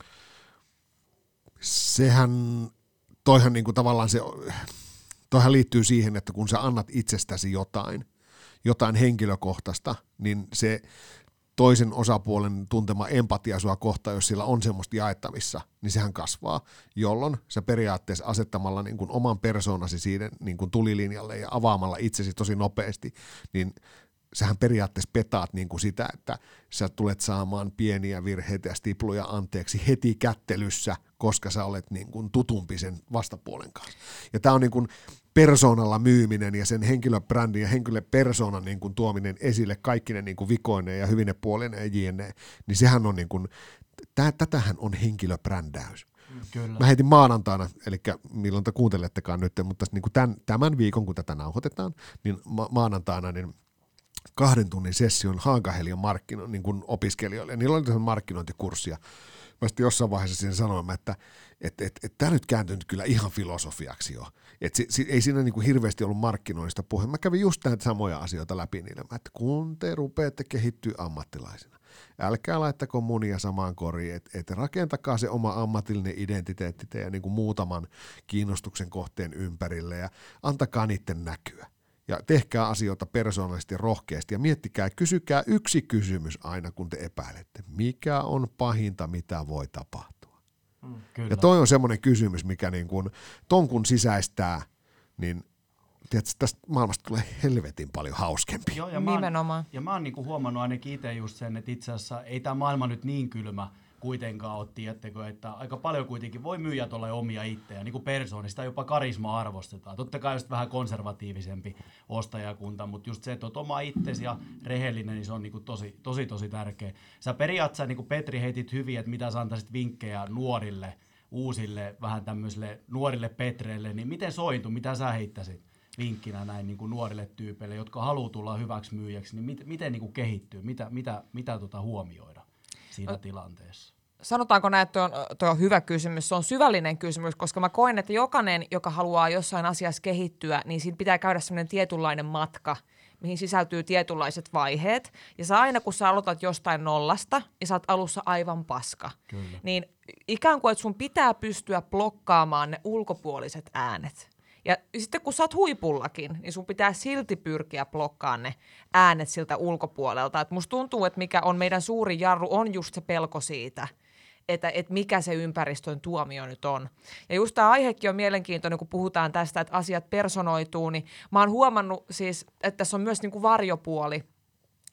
Sehän... Toihan niin kuin tavallaan se, toihan liittyy siihen, että kun sä annat itsestäsi jotain, jotain henkilökohtaista, niin se toisen osapuolen tuntema empatia sua kohtaan, jos sillä on semmoista jaettavissa, niin sehän kasvaa, jolloin sä periaatteessa asettamalla niin kuin oman persoonasi siihen niin kuin tulilinjalle ja avaamalla itsesi tosi nopeasti, niin sähän periaatteessa petaat niin kuin sitä, että sä tulet saamaan pieniä virheitä ja stipluja anteeksi heti kättelyssä, koska sä olet niin kuin tutumpi sen vastapuolen kanssa. Ja tää on niin kuin persoonalla myyminen ja sen henkilöbrändin ja henkilöpersoonan niin kuin tuominen esille kaikkine niin kuin vikoineen ja hyvine puolineen ja jne, niin sehän on niin kuin, tää, tätähän on henkilöbrändäys. Kyllä. Mä heitin maanantaina, eli milloin te kuuntelettekaan nyt, mutta niin kuin tämän, tämän viikon, kun tätä nauhoitetaan, niin ma- maanantaina niin kahden tunnin session Hankahelion markkino, niin kuin opiskelijoille. Ja niillä oli tämmöinen markkinointikurssi. Mä sitten jossain vaiheessa siinä sanoin, että et, et, et tämä nyt kääntynyt kyllä ihan filosofiaksi jo. Et si, si, ei siinä niin kuin hirveästi ollut markkinoinnista puhe. Mä kävin just näitä samoja asioita läpi niille. Mä, että kun te rupeatte kehittyä ammattilaisina, älkää laittako munia samaan koriin, että et rakentakaa se oma ammatillinen identiteetti teidän niin kuin muutaman kiinnostuksen kohteen ympärille ja antakaa niiden näkyä. Ja tehkää asioita persoonallisesti ja rohkeasti ja miettikää, kysykää yksi kysymys aina, kun te epäilette. Mikä on pahinta, mitä voi tapahtua? Mm, ja toi on semmoinen kysymys, mikä niin kun, ton kun sisäistää, niin tiedätkö, tästä maailmasta tulee helvetin paljon hauskempi. Joo, ja Nimenomaan. Mä oon, ja mä oon niin kuin huomannut ainakin itse just sen, että itse asiassa ei tämä maailma nyt niin kylmä kuitenkaan ole, tiedättekö, että aika paljon kuitenkin voi myyjät olla omia itseään, niin kuin persoonista, jopa karismaa arvostetaan. Totta kai just vähän konservatiivisempi ostajakunta, mutta just se, että olet oma itsesi ja rehellinen, niin se on niin kuin tosi, tosi, tosi tärkeä. Sä periaatteessa, niin kuin Petri, heitit hyvin, että mitä sä antaisit vinkkejä nuorille, uusille, vähän tämmöisille nuorille Petreille, niin miten sointu, mitä sä heittäisit vinkkinä näin niin kuin nuorille tyypeille, jotka haluaa tulla hyväksi myyjäksi, niin mit, miten niin kuin kehittyy, mitä, mitä, mitä tota huomioida siinä tilanteessa? Sanotaanko näin, että toi on, toi on hyvä kysymys, se on syvällinen kysymys, koska mä koen, että jokainen, joka haluaa jossain asiassa kehittyä, niin siinä pitää käydä semmoinen tietynlainen matka, mihin sisältyy tietynlaiset vaiheet. Ja sä aina, kun sä aloitat jostain nollasta ja sä oot alussa aivan paska, Kyllä. niin ikään kuin, että sun pitää pystyä blokkaamaan ne ulkopuoliset äänet. Ja sitten kun sä oot huipullakin, niin sun pitää silti pyrkiä blokkaamaan ne äänet siltä ulkopuolelta. Et musta tuntuu, että mikä on meidän suuri jarru, on just se pelko siitä, että, että mikä se ympäristön tuomio nyt on. Ja just tämä aihekin on mielenkiintoinen, kun puhutaan tästä, että asiat personoituu, niin mä oon huomannut siis, että tässä on myös niin kuin varjopuoli.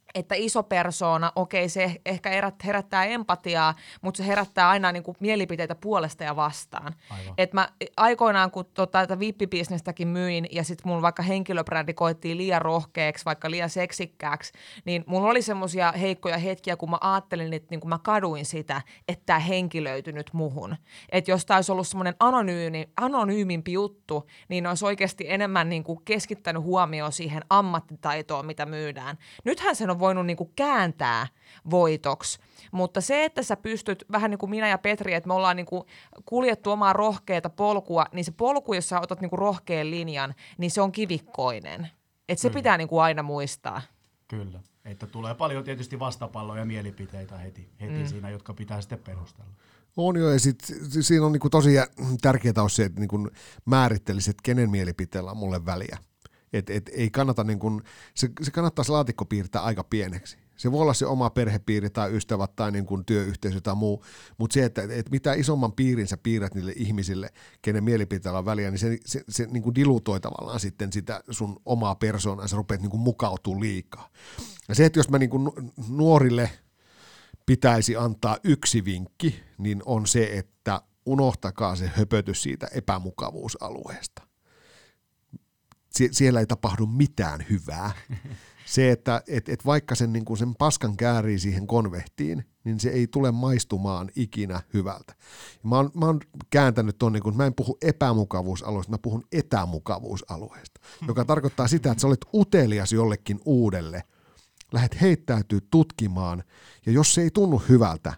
että iso persoona, okei, se ehkä herättää empatiaa, mutta se herättää aina niin kuin mielipiteitä puolesta ja vastaan. Et mä aikoinaan, kun tota, tätä V I P-bisnestäkin myin, ja sitten mun vaikka henkilöbrändi koettiin liian rohkeaksi, vaikka liian seksikkääksi, niin mulla oli semmoisia heikkoja hetkiä, kun mä ajattelin, että niin kun mä kaduin sitä, että tämä henkilöity nyt muhun. Että jos tämä olisi ollut semmoinen anonyymi, anonyymimpi juttu, niin olisi oikeasti enemmän niin kuin keskittänyt huomioon siihen ammattitaitoon, mitä myydään. Nythän sen on voinut niinku kääntää voitoksi, mutta se, että sä pystyt, vähän niin kuin minä ja Petri, että me ollaan niinku kuljettu omaa rohkeata polkua, niin se polku, jos sä otat niinku rohkean linjan, niin se on kivikkoinen. Että se pitää niinku aina muistaa. Kyllä, että tulee paljon tietysti vastapalloja ja mielipiteitä heti, heti mm. siinä, jotka pitää sitten perustella. On jo, ja sit, siinä on niinku tosi tärkeää on se, että niinku määrittelisi, että kenen mielipiteellä on mulle väliä. Et, et ei kannata niin kun, se, se kannattaa se laatikko piirtää aika pieneksi. Se voi olla se oma perhepiiri tai ystävät tai niin kun työyhteisö tai muu, mutta se, että et mitä isomman piirin sä piirrät niille ihmisille, kenen mielipiteellä on väliä, niin se, se, se niin kun dilutoi tavallaan sitten sitä sun omaa persoonaa, ja sä rupeat niin kun mukautumaan liikaa. Ja se, että jos mä niin kun nuorille pitäisi antaa yksi vinkki, niin on se, että unohtakaa se höpötys siitä epämukavuusalueesta. Siellä ei tapahdu mitään hyvää. Se, että et, et vaikka sen, niin kun sen paskan käärii siihen konvehtiin, niin se ei tule maistumaan ikinä hyvältä. Ja mä, oon, mä oon kääntänyt ton, niin kun, mä en puhu epämukavuusalueesta, mä puhun etämukavuusalueesta, joka tarkoittaa sitä, että sä olet utelias jollekin uudelle, lähdet heittäytyy tutkimaan, ja jos se ei tunnu hyvältä,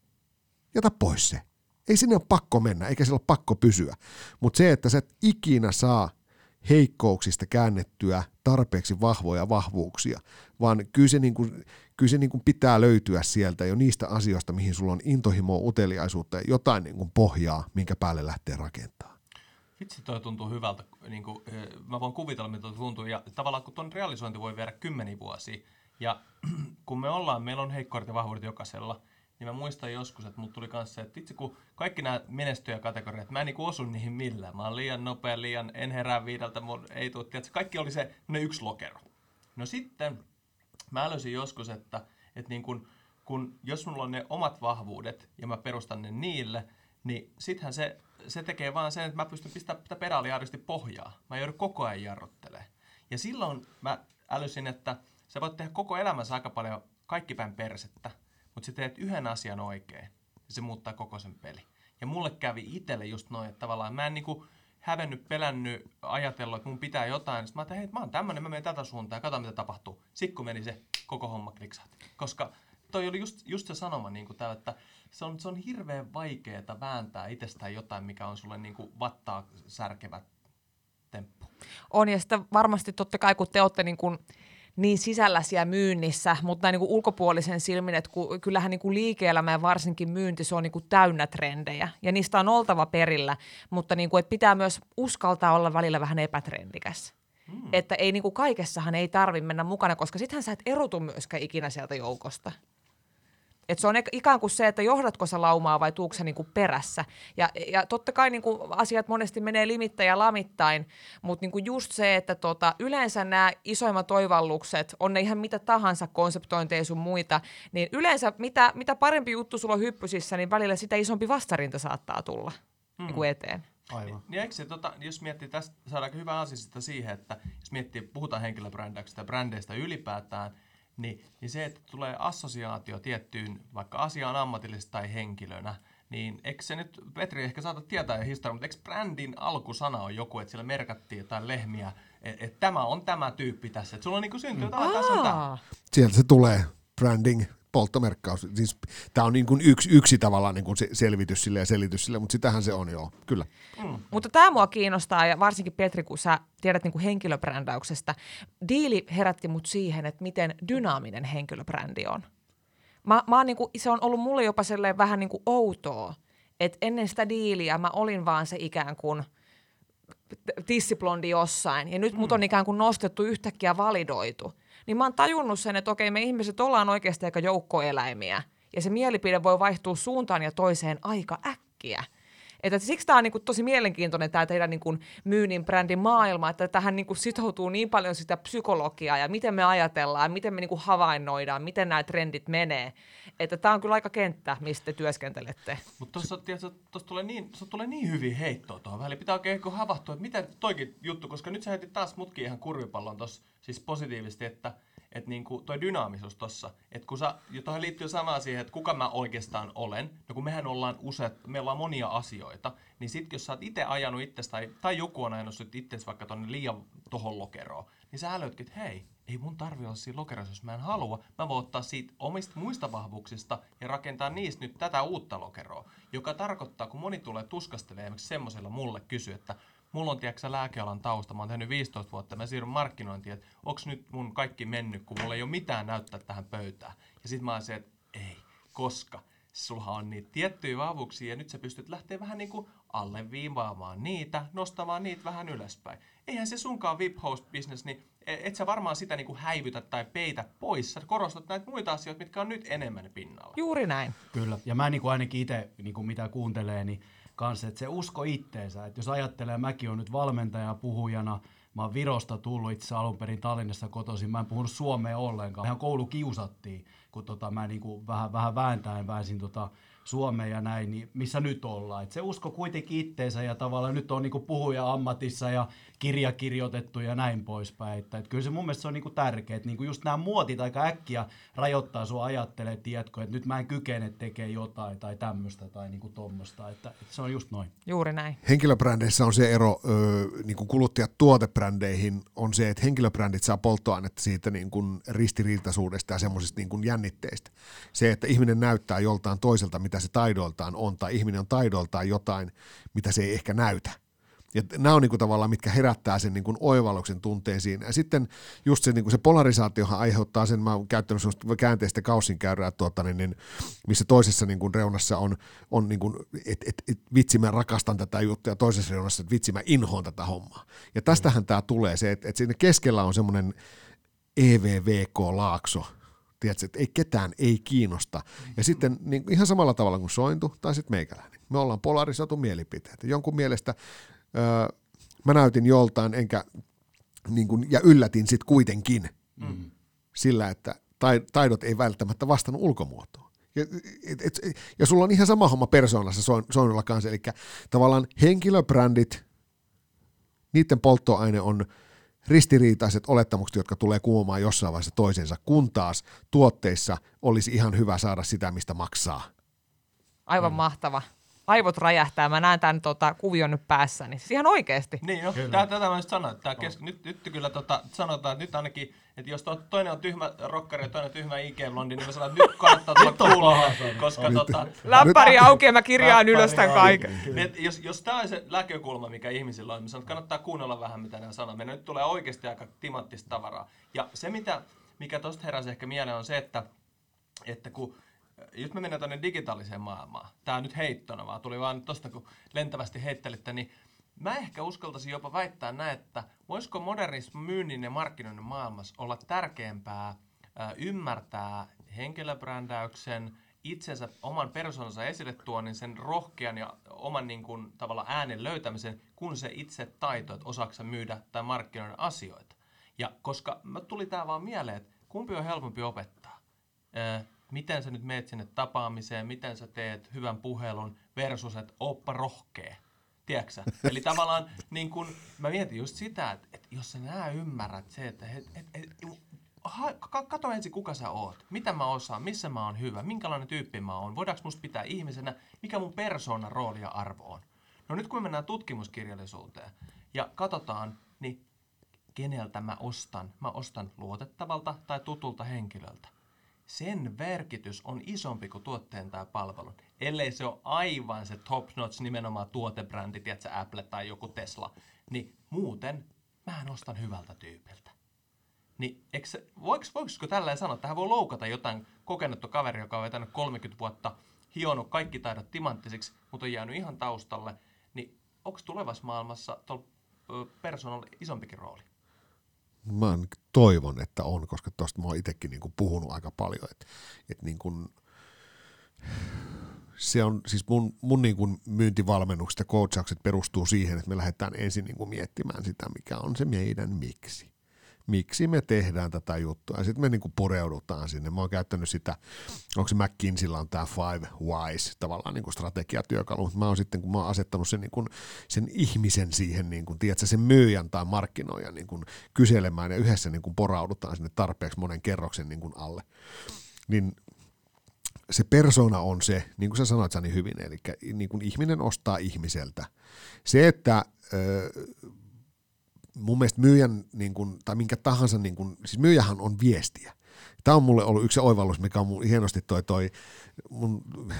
jätä pois se. Ei sinne ole pakko mennä, eikä sillä ole pakko pysyä. Mutta se, että sä et ikinä saa heikkouksista käännettyä tarpeeksi vahvoja vahvuuksia, vaan kyllä se, niin kuin, kyllä se niin kuin pitää löytyä sieltä jo niistä asioista, mihin sulla on intohimoa, uteliaisuutta ja jotain niin kuin pohjaa, minkä päälle lähtee rakentamaan. Vitsi, toi tuntuu hyvältä. Niin kuin, mä voin kuvitella, mitä toi tuntuu. Ja tavallaan kun ton realisointi voi viedä kymmeniä vuosia, ja kun me ollaan, meillä on heikkoudet ja vahvuudet jokaisella, niin mä muistan joskus, että mut tuli kanssa se, että vitsi kun kaikki nämä menestyjäkategoriat, mä en niinku osu niihin millään. Mä oon liian nopea, liian, en herää viideltä, mun ei tuu, tiedätkö, kaikki oli se ne yksi lokero. No sitten mä löysin joskus, että, että niin kun, kun, jos mulla on ne omat vahvuudet ja mä perustan ne niille, niin sittenhän se, se tekee vaan sen, että mä pystyn pistämään tätä pedaalia aidosti pohjaa. Mä joudun koko ajan jarruttelemaan. Ja silloin mä älysin, että sä voit tehdä koko elämänsä aika paljon kaikki päin persettä, mutta sä teet yhden asian oikein, ja se muuttaa koko sen peli. Ja mulle kävi itselle just noin, että tavallaan mä en niinku hävennyt, pelännyt, ajatellut, että mun pitää jotain. Sitten mä ajattelin, hei, mä oon tämmönen, mä menen tätä suuntaan, katsotaan mitä tapahtuu. Sitten kun meni se, koko homma kliksahti. Koska toi oli just, just se sanoma niin kuin täällä, että se on, se on hirveän vaikeaa vääntää itsestään jotain, mikä on sulle niin kuin vattaa särkevä temppu. On, ja sitten varmasti totta kai, kun te olette niin kuin niin sisällä siellä myynnissä, mutta näin niin kuin ulkopuolisen silmin, että kun, kyllähän niin kuin liike-elämä ja varsinkin myynti, se on niin kuin täynnä trendejä, ja niistä on oltava perillä, mutta niin kuin, että pitää myös uskaltaa olla välillä vähän epätrendikäs. Hmm. Että ei niin kuin kaikessahan ei tarvitse mennä mukana, koska sittenhän sä et erotu myöskään ikinä sieltä joukosta. Että se on ikään kuin se, että johdatko sä laumaa vai tuukse niinku perässä. Ja, ja totta kai niinku asiat monesti menee limittäin ja lamittain, mutta niinku just se, että tota, yleensä nämä isoimmat oivallukset, on ne ihan mitä tahansa konseptointeja sun muita, niin yleensä mitä, mitä parempi juttu sulla on hyppysissä, niin välillä sitä isompi vastarinta saattaa tulla hmm. niinku eteen. Aivan. Niin eikö se, tota, jos miettii tästä, saadaan aika hyvä asia siihen, että jos miettii, puhutaan henkilöbrändäyksestä ja brändeistä ylipäätään, Niin, niin se, että tulee assosiaatio tiettyyn vaikka asiaan ammatillisesti tai henkilönä, niin eikö se nyt, Petri ehkä saatat tietää historiaa, mutta eikö brändin alkusana on joku, että siellä merkattiin jotain lehmiä, että, että tämä on tämä tyyppi tässä, että sulla on niin kuin syntynyt, että mm. tässä on tämä. Sieltä se tulee, branding, polttomerkkaus. Siis, tämä on niin kuin yksi, yksi tavallaan niin kuin se selvitys sille ja selitys sille, mutta sitähän se on joo, kyllä. Mm. Mutta tämä mua kiinnostaa, ja varsinkin Petri, kun sä tiedät niin kuin henkilöbrändäyksestä, diili herätti mut siihen, että miten dynaaminen henkilöbrändi on. Mä, mä oon niin kuin, se on ollut mulle jopa vähän niin kuin outoa, että ennen sitä diiliä mä olin vaan se ikään kuin tissiblondi jossain, ja nyt mut on ikään kuin nostettu yhtäkkiä validoitu. Niin mä oon tajunnut sen, että okei, me ihmiset ollaan oikeasti aika joukkoeläimiä, ja se mielipide voi vaihtua suuntaan ja toiseen aika äkkiä. Että siksi tämä on niinku tosi mielenkiintoinen tämä teidän niinku myynnin brändin maailma, että tähän niinku sitoutuu niin paljon sitä psykologiaa ja miten me ajatellaan, miten me niinku havainnoidaan, miten nämä trendit menee. Että tämä on kyllä aika kenttä, mistä te työskentelette. Mutta tuossa tulee, niin, tulee niin hyvin heittoa tuohon väliin. Pitää oikein havahtua, että mitä toikin juttu, koska nyt sä heitit taas mutkin ihan kurvipallon tuossa siis positiivisesti, että että niinku toi dynaamisuus tossa, että kun sä, ja tohon liittyy samaan siihen, että kuka mä oikeastaan olen, no kun mehän ollaan useat, meillä on monia asioita, niin sit jos sä oot itse ajanut itses tai, tai joku on ajanut sut itses vaikka tonne liian tohon lokeroon, niin sä älytkin, että hei, ei mun tarvi olla siinä lokerossa, jos mä en halua, mä voin ottaa siitä omista muista vahvuuksista ja rakentaa niistä nyt tätä uutta lokeroa, joka tarkoittaa, kun moni tulee tuskastelemaan esimerkiksi semmoisella mulle kysyy, että mulla on tiedätkö, lääkealan tausta, mä oon tehnyt viisitoista vuotta, mä siirryn markkinointiin, että onks nyt mun kaikki mennyt, kun mulla ei ole mitään näyttää tähän pöytään. Ja sit mä oon se, että ei, koska sulhan on niitä tiettyjä vahvuuksia ja nyt sä pystyt lähteä vähän niin kuin alleviivaamaan niitä, nostamaan niitä vähän ylöspäin. Eihän se sunkaan V I P-host-business, niin et sä varmaan sitä niin kuin häivytä tai peitä pois. Sä korostat näitä muita asioita, mitkä on nyt enemmän pinnalla. Juuri näin. Kyllä, ja mä niin kuin ainakin itse, niin kuin mitä kuuntelee, niin kanssa, että se usko itteensä, että jos ajattelee, mäkin on nyt valmentaja puhujana, mä oon Virosta tullut itse alun perin Tallinnassa kotoisin, mä en puhunut suomea ollenkaan. Mehän koulu kiusattiin, kun tota, mä niinku vähän, vähän vääntäen väänsin tota Suomeen ja näin, niin missä nyt ollaan. Et se usko kuitenkin itteensä ja tavallaan nyt on niinku puhuja ammatissa ja kirja kirjoitettu ja näin poispäin. Että, et kyllä se mun mielestä se on niinku tärkeää, että niinku just nämä muotit aika äkkiä rajoittaa sua ajattelee, tiedätkö, että nyt mä en kykene tekemään jotain tai tämmöistä tai niinku tommoista. Että, että se on just noin. Juuri näin. Henkilöbrändeissä on se ero ö, niin kuin kuluttajat tuotebrändeihin on se, että henkilöbrändit saa polttoainetta siitä niin kuin ristiriitaisuudesta ja semmoisista niin kuin jännitteistä. Se, että ihminen näyttää joltain toiselta, mitä se taidoiltaan on, tai ihminen on taidoiltaan jotain, mitä se ei ehkä näytä. Ja nämä on niin kuin tavallaan, mitkä herättää sen niin kuin oivalluksen tunteen siinä. Ja sitten just se, niin kuin se polarisaatiohan aiheuttaa sen, mä oon käyttänyt sellaista käänteistä kaussinkäyrää, tuota, niin, niin, missä toisessa niin kuin reunassa on, on niin kuin, että et, et, vitsi mä rakastan tätä juttua, ja toisessa reunassa, että vitsi mä inhoon tätä hommaa. Ja tästähän tämä tulee se, että, että siinä keskellä on semmoinen E V V K-laakso, tiedätkö, että ei ketään ei kiinnosta. Ja sitten niin ihan samalla tavalla kuin Sointu tai sitten meikäläinen. Me ollaan polarisoitu mielipiteet. Jonkun mielestä öö, mä näytin joltain enkä, niin kuin, ja yllätin sitten kuitenkin mm. sillä, että taidot ei välttämättä vastannut ulkomuotoon. Ja, et, et, ja sulla on ihan sama homma persoonassa Soinnulla kanssa, eli tavallaan henkilöbrändit, niiden polttoaine on ristiriitaiset olettamukset, jotka tulee kuumaan jossain vaiheessa toisensa, kun taas tuotteissa olisi ihan hyvä saada sitä, mistä maksaa. Aivan mm. mahtava. Aivot räjähtää. Mä näen tämän tota, kuvion nyt päässäni. Siis ihan oikeasti. Niin, no, tää, tätä mä just sanoin. Tää kes- no. nyt, nyt kyllä tota, sanotaan, että nyt ainakin, että jos to, toinen on tyhmä rokkari ja toinen tyhmä I G-blondi, niin mä sanon, että nyt kannattaa tulla kuulemaan, koska tota... Läppäri auki ja mä kirjaan ylös tämän kaiken. Niin, jos, jos tää on se näkökulma, mikä ihmisillä on, niin sanon, että kannattaa kuunnella vähän, mitä ne sanoo. Meillä nyt tulee oikeasti aika timanttista tavaraa. Ja se, mitä, mikä tosta heräsi ehkä mieleen, on se, että, että kun jos me mennään tänne digitaaliseen maailmaan, tää on nyt heittona vaan, tuli vaan tosta kun lentävästi heittelitte, niin mä ehkä uskaltaisin jopa väittää näin, että voisiko modernissa myynnin ja markkinoinnin maailmassa olla tärkeämpää äh, ymmärtää henkilöbrändäyksen, itsensä, oman persoonansa esille tuonnin, sen rohkean ja oman niin kuin, tavallaan äänen löytämisen, kun se itse taito, että osaako myydä tai markkinoida asioita. Ja koska mä tuli tää vaan mieleen, että kumpi on helpompi opettaa? Äh, Miten sä nyt meet sinne tapaamiseen, miten sä teet hyvän puhelun versus, että ooppa rohkea. Tiedätkö sä? Eli tavallaan niin kun, mä mietin just sitä, että, että jos sä nää ymmärrät se, että et, et, et, ha, kato ensin kuka sä oot, mitä mä osaan, missä mä oon hyvä, minkälainen tyyppi mä oon, voidaanko musta pitää ihmisenä, mikä mun persoonan rooli ja arvo on. No nyt kun me mennään tutkimuskirjallisuuteen ja katsotaan, niin keneltä mä ostan? Mä ostan luotettavalta tai tutulta henkilöltä. Sen merkitys on isompi kuin tuotteen tai palvelun, ellei se ole aivan se top notch nimenomaan tuotebrändi, tiedätkö, Apple tai joku Tesla, niin muuten mä ostan hyvältä tyypiltä. Niin se, voiko, voiko tälleen sanoa, että tähän voi loukata jotain kokenutta kaveri, joka on vetänyt kolmekymmentä vuotta, hionut kaikki taidot timanttisiksi, mutta on jäänyt ihan taustalle, niin onko tulevassa maailmassa tuolla persoonalla isompikin rooli? Mä toivon, että on, koska tuosta mä oon itsekin niin kuin puhunut aika paljon, että, että niin kuin se on siis mun, mun niin kuin myyntivalmennukset ja coachaukset perustuu siihen, että me lähdetään ensin niin kuin miettimään sitä, mikä on se meidän miksi. Miksi me tehdään tätä juttua, ja sitten me niin kuin pureudutaan sinne. Mä oon käyttänyt sitä, onko se McKinseyllä on tämä Five Whys, tavallaan niin kuin strategiatyökalu, mutta mä oon sitten, kun mä oon asettanut sen, niin kuin, sen ihmisen siihen, niin kuin, tiedätkö, sen myyjän tai markkinoijan niin kuin kyselemään, ja yhdessä niin kuin poraudutaan sinne tarpeeksi monen kerroksen niin kuin alle, niin se persona on se, niin kuin sä sanoit Sani hyvin, eli niin kuin ihminen ostaa ihmiseltä. Se, että öö, mun mielestä myyjän, niin kuin, tai minkä tahansa, niin kuin, siis myyjähän on viestiä. Tämä on mulle ollut yksi oivallus, mikä on mun hienosti toi, toi mun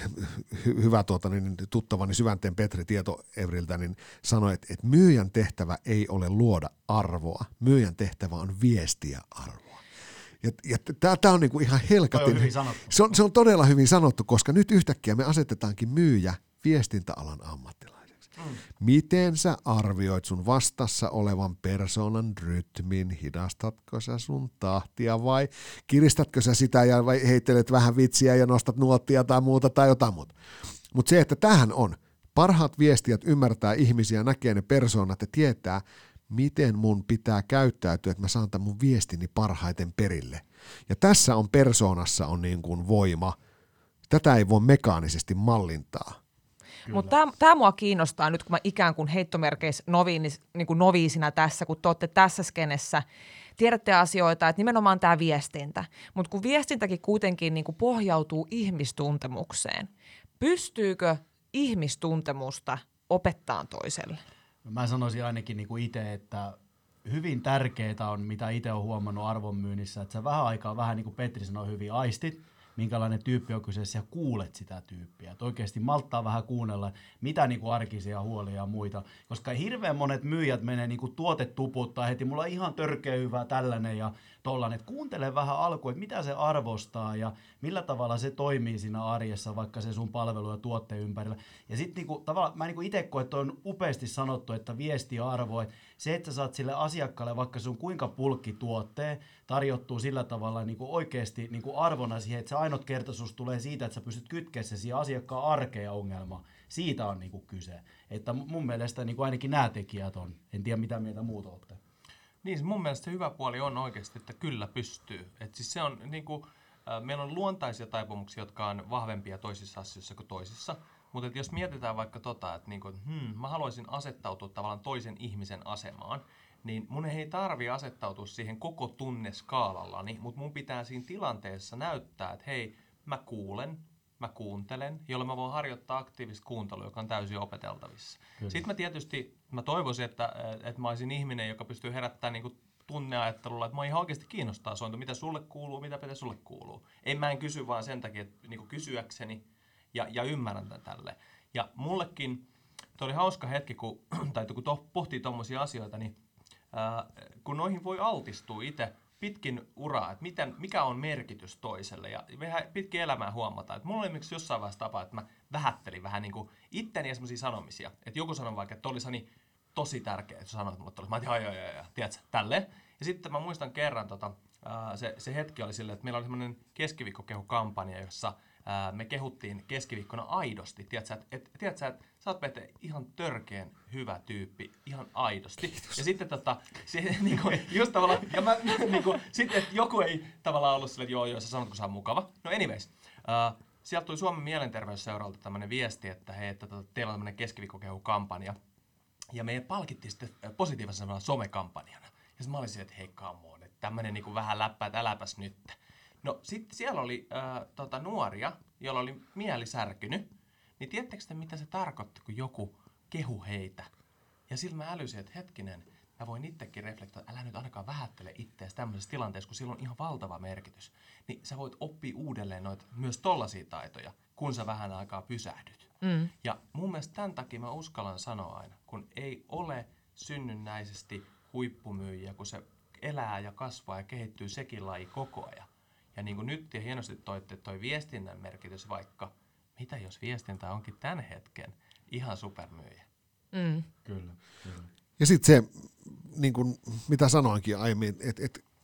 hy, hyvä tuota, niin, tuttavani Syvänteen Petri Tieto-Evriltä, niin sanoi, että, että myyjän tehtävä ei ole luoda arvoa, myyjän tehtävä on viestiä arvoa. Ja, ja tämä on niinku ihan helkatin. Se on, se on todella hyvin sanottu, koska nyt yhtäkkiä me asetetaankin myyjä viestintäalan ammattilaiseksi. Mm. Miten sä arvioit sun vastassa olevan persoonan rytmin? Hidastatko sä sun tahtia vai kiristätkö sä sitä ja vai heittelet vähän vitsiä ja nostat nuottia tai muuta tai jotain muuta? Mutta se, että tämähän on. Parhaat viestijät ymmärtää ihmisiä, näkee ne persoonat ja tietää, miten mun pitää käyttäytyä, että mä saan tämän mun viestini parhaiten perille. Ja tässä on persoonassa on niin kuin voima. Tätä ei voi mekaanisesti mallintaa. Mutta tämä mua kiinnostaa nyt, kun mä ikään kuin heittomerkeissä noviinis, niin kuin noviisina tässä, kun te olette tässä skenessä, tiedätte asioita, että nimenomaan tämä viestintä. Mutta kun viestintäkin kuitenkin niin kuin pohjautuu ihmistuntemukseen, pystyykö ihmistuntemusta opettaa toiselle? Mä sanoisin ainakin niin kuin itse, että hyvin tärkeää on, mitä itse olen huomannut arvonmyynnissä, että sä vähän aikaa, vähän niin kuin Petri sanoi hyvin, aistit, minkälainen tyyppi on kyseessä ja kuulet sitä tyyppiä. Että oikeasti malttaa vähän kuunnella, mitä niin kuin arkisia huolia ja muita. Koska hirveän monet myyjät menee niin kuin tuotetuputtaa heti, mulla on ihan törkeä hyvä tällainen ja tollainen. Että kuuntele vähän alkuun, että mitä se arvostaa ja millä tavalla se toimii siinä arjessa, vaikka se sun palvelu ja tuotteen ympärillä. Ja sitten niinku, tavallaan mä niinku itse koen, että on upeasti sanottu, että viesti ja arvo, että se, että sä saat sille asiakkaalle, vaikka sun kuinka pulkki tuotteen, tarjottuu sillä tavalla niinku oikeasti niinku arvona siihen, että se ainutkertaisuus tulee siitä, että sä pystyt kytkeä se siihen asiakkaan arkeen ja ongelmaan. Siitä on niinku kyse. Että mun mielestä niinku ainakin nämä tekijät on. En tiedä, mitä mieltä muut olette. Niin, mun mielestä se hyvä puoli on oikeasti, että kyllä pystyy. Et siis se on, niin kuin, äh, meillä on luontaisia taipumuksia, jotka on vahvempia toisissa asioissa kuin toisissa. Mutta jos mietitään vaikka tota, että niin kuin, hmm, mä haluaisin asettautua tavallaan toisen ihmisen asemaan, niin mun ei tarvi asettautua siihen koko tunneskaalallani, mutta mun pitää siinä tilanteessa näyttää, että hei, mä kuulen, mä kuuntelen, jolloin mä voin harjoittaa aktiivista kuuntelua, joka on täysin opeteltavissa. Kyllä. Sitten mä tietysti mä toivoisin, että, että mä olisin ihminen, joka pystyy herättämään niin kuin tunneajattelulla, että mä ihan oikeasti kiinnostaa sointu, mitä sulle kuuluu, mitä Pete sulle kuuluu. En mä en kysy vaan sen takia, että niin kuin kysyäkseni ja, ja ymmärrän tämän tälle. Ja mullekin, toi oli hauska hetki, kun, tai kun to, pohtii tommosia asioita, niin ää, kun noihin voi altistua itse, pitkin uraa, että miten, mikä on merkitys toiselle ja pitkin elämää huomataan. Että mulla oli esimerkiksi jossain vaiheessa tapa, että mä vähättelin vähän niin kuin itteni ja semmoisia sanomisia. Että joku sanoi vaikka, että olisi niin tosi tärkeää, että sanoit mulle tuolla. Mä ajattelin, joo, joo, joo, tiedätkö, tälleen. Ja sitten mä muistan kerran, tota, ää, se, se hetki oli silleen, että meillä oli semmoinen keskiviikkokehukampanja, jossa ää, me kehuttiin keskiviikkona aidosti. Tiedätkö, että et, tiedätkö, että sä oot Pete ihan törkeän hyvä tyyppi, ihan aidosti. Ja sitten tota, se, niinku, just tavallaan, ja mä, niinku, sitten, että joku ei tavallaan ollut silleen, että joo, joo, sä sanot, kun sä on mukava. No anyways, uh, sieltä tuli Suomen mielenterveysseuralta tämmöinen viesti, että hei, että tota, teillä on tämmöinen keskiviikkokehukampanja. Ja me palkittiin sitten positiivisena somekampanjana. Ja sitten mä olin silleen, että hei, come on, että tämmöinen niinku vähän läppä, että äläpäs nyt. No sitten siellä oli uh, tota, nuoria, joilla oli mieli särkynyt. Niin tiedättekö te, mitä se tarkoitti, kun joku kehu heitä? Ja sillä mä älysin, että hetkinen, mä voin itsekin reflektoida, älä nyt ainakaan vähättele itseäsi tämmöisessä tilanteessa, kun sillä on ihan valtava merkitys. Niin sä voit oppia uudelleen noita, myös tollaisia taitoja, kun sä vähän aikaa pysähdyt. Mm. Ja mun mielestä tämän takia mä uskallan sanoa aina, kun ei ole synnynnäisesti huippumyyjiä, kun se elää ja kasvaa ja kehittyy sekin laji koko ajan. Ja niin kuin nyt ja hienosti toitte toi viestinnän merkitys vaikka, mitä jos viestintä onkin tämän hetken ihan supermyyjä? Mm. Kyllä, kyllä. Ja sitten se, niin kuin mitä sanoinkin aiemmin, että et,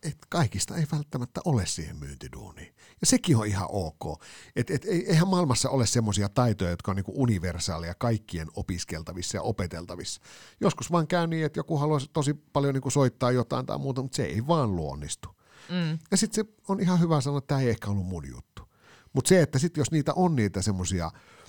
että kaikista ei välttämättä ole siihen myyntiduuniin. Ja sekin on ihan ok. Et, et, eihän maailmassa ole semmoisia taitoja, jotka on niinku universaaleja kaikkien opiskeltavissa ja opeteltavissa. Joskus vaan käy niin, että joku haluaisi tosi paljon niinku soittaa jotain tai muuta, mutta se ei vaan luonnistu. Mm. Ja sitten se on ihan hyvä sanoa, että tämä ei ehkä ollut mun juttu. Mutta se, että sitten jos niitä on niitä semmoisia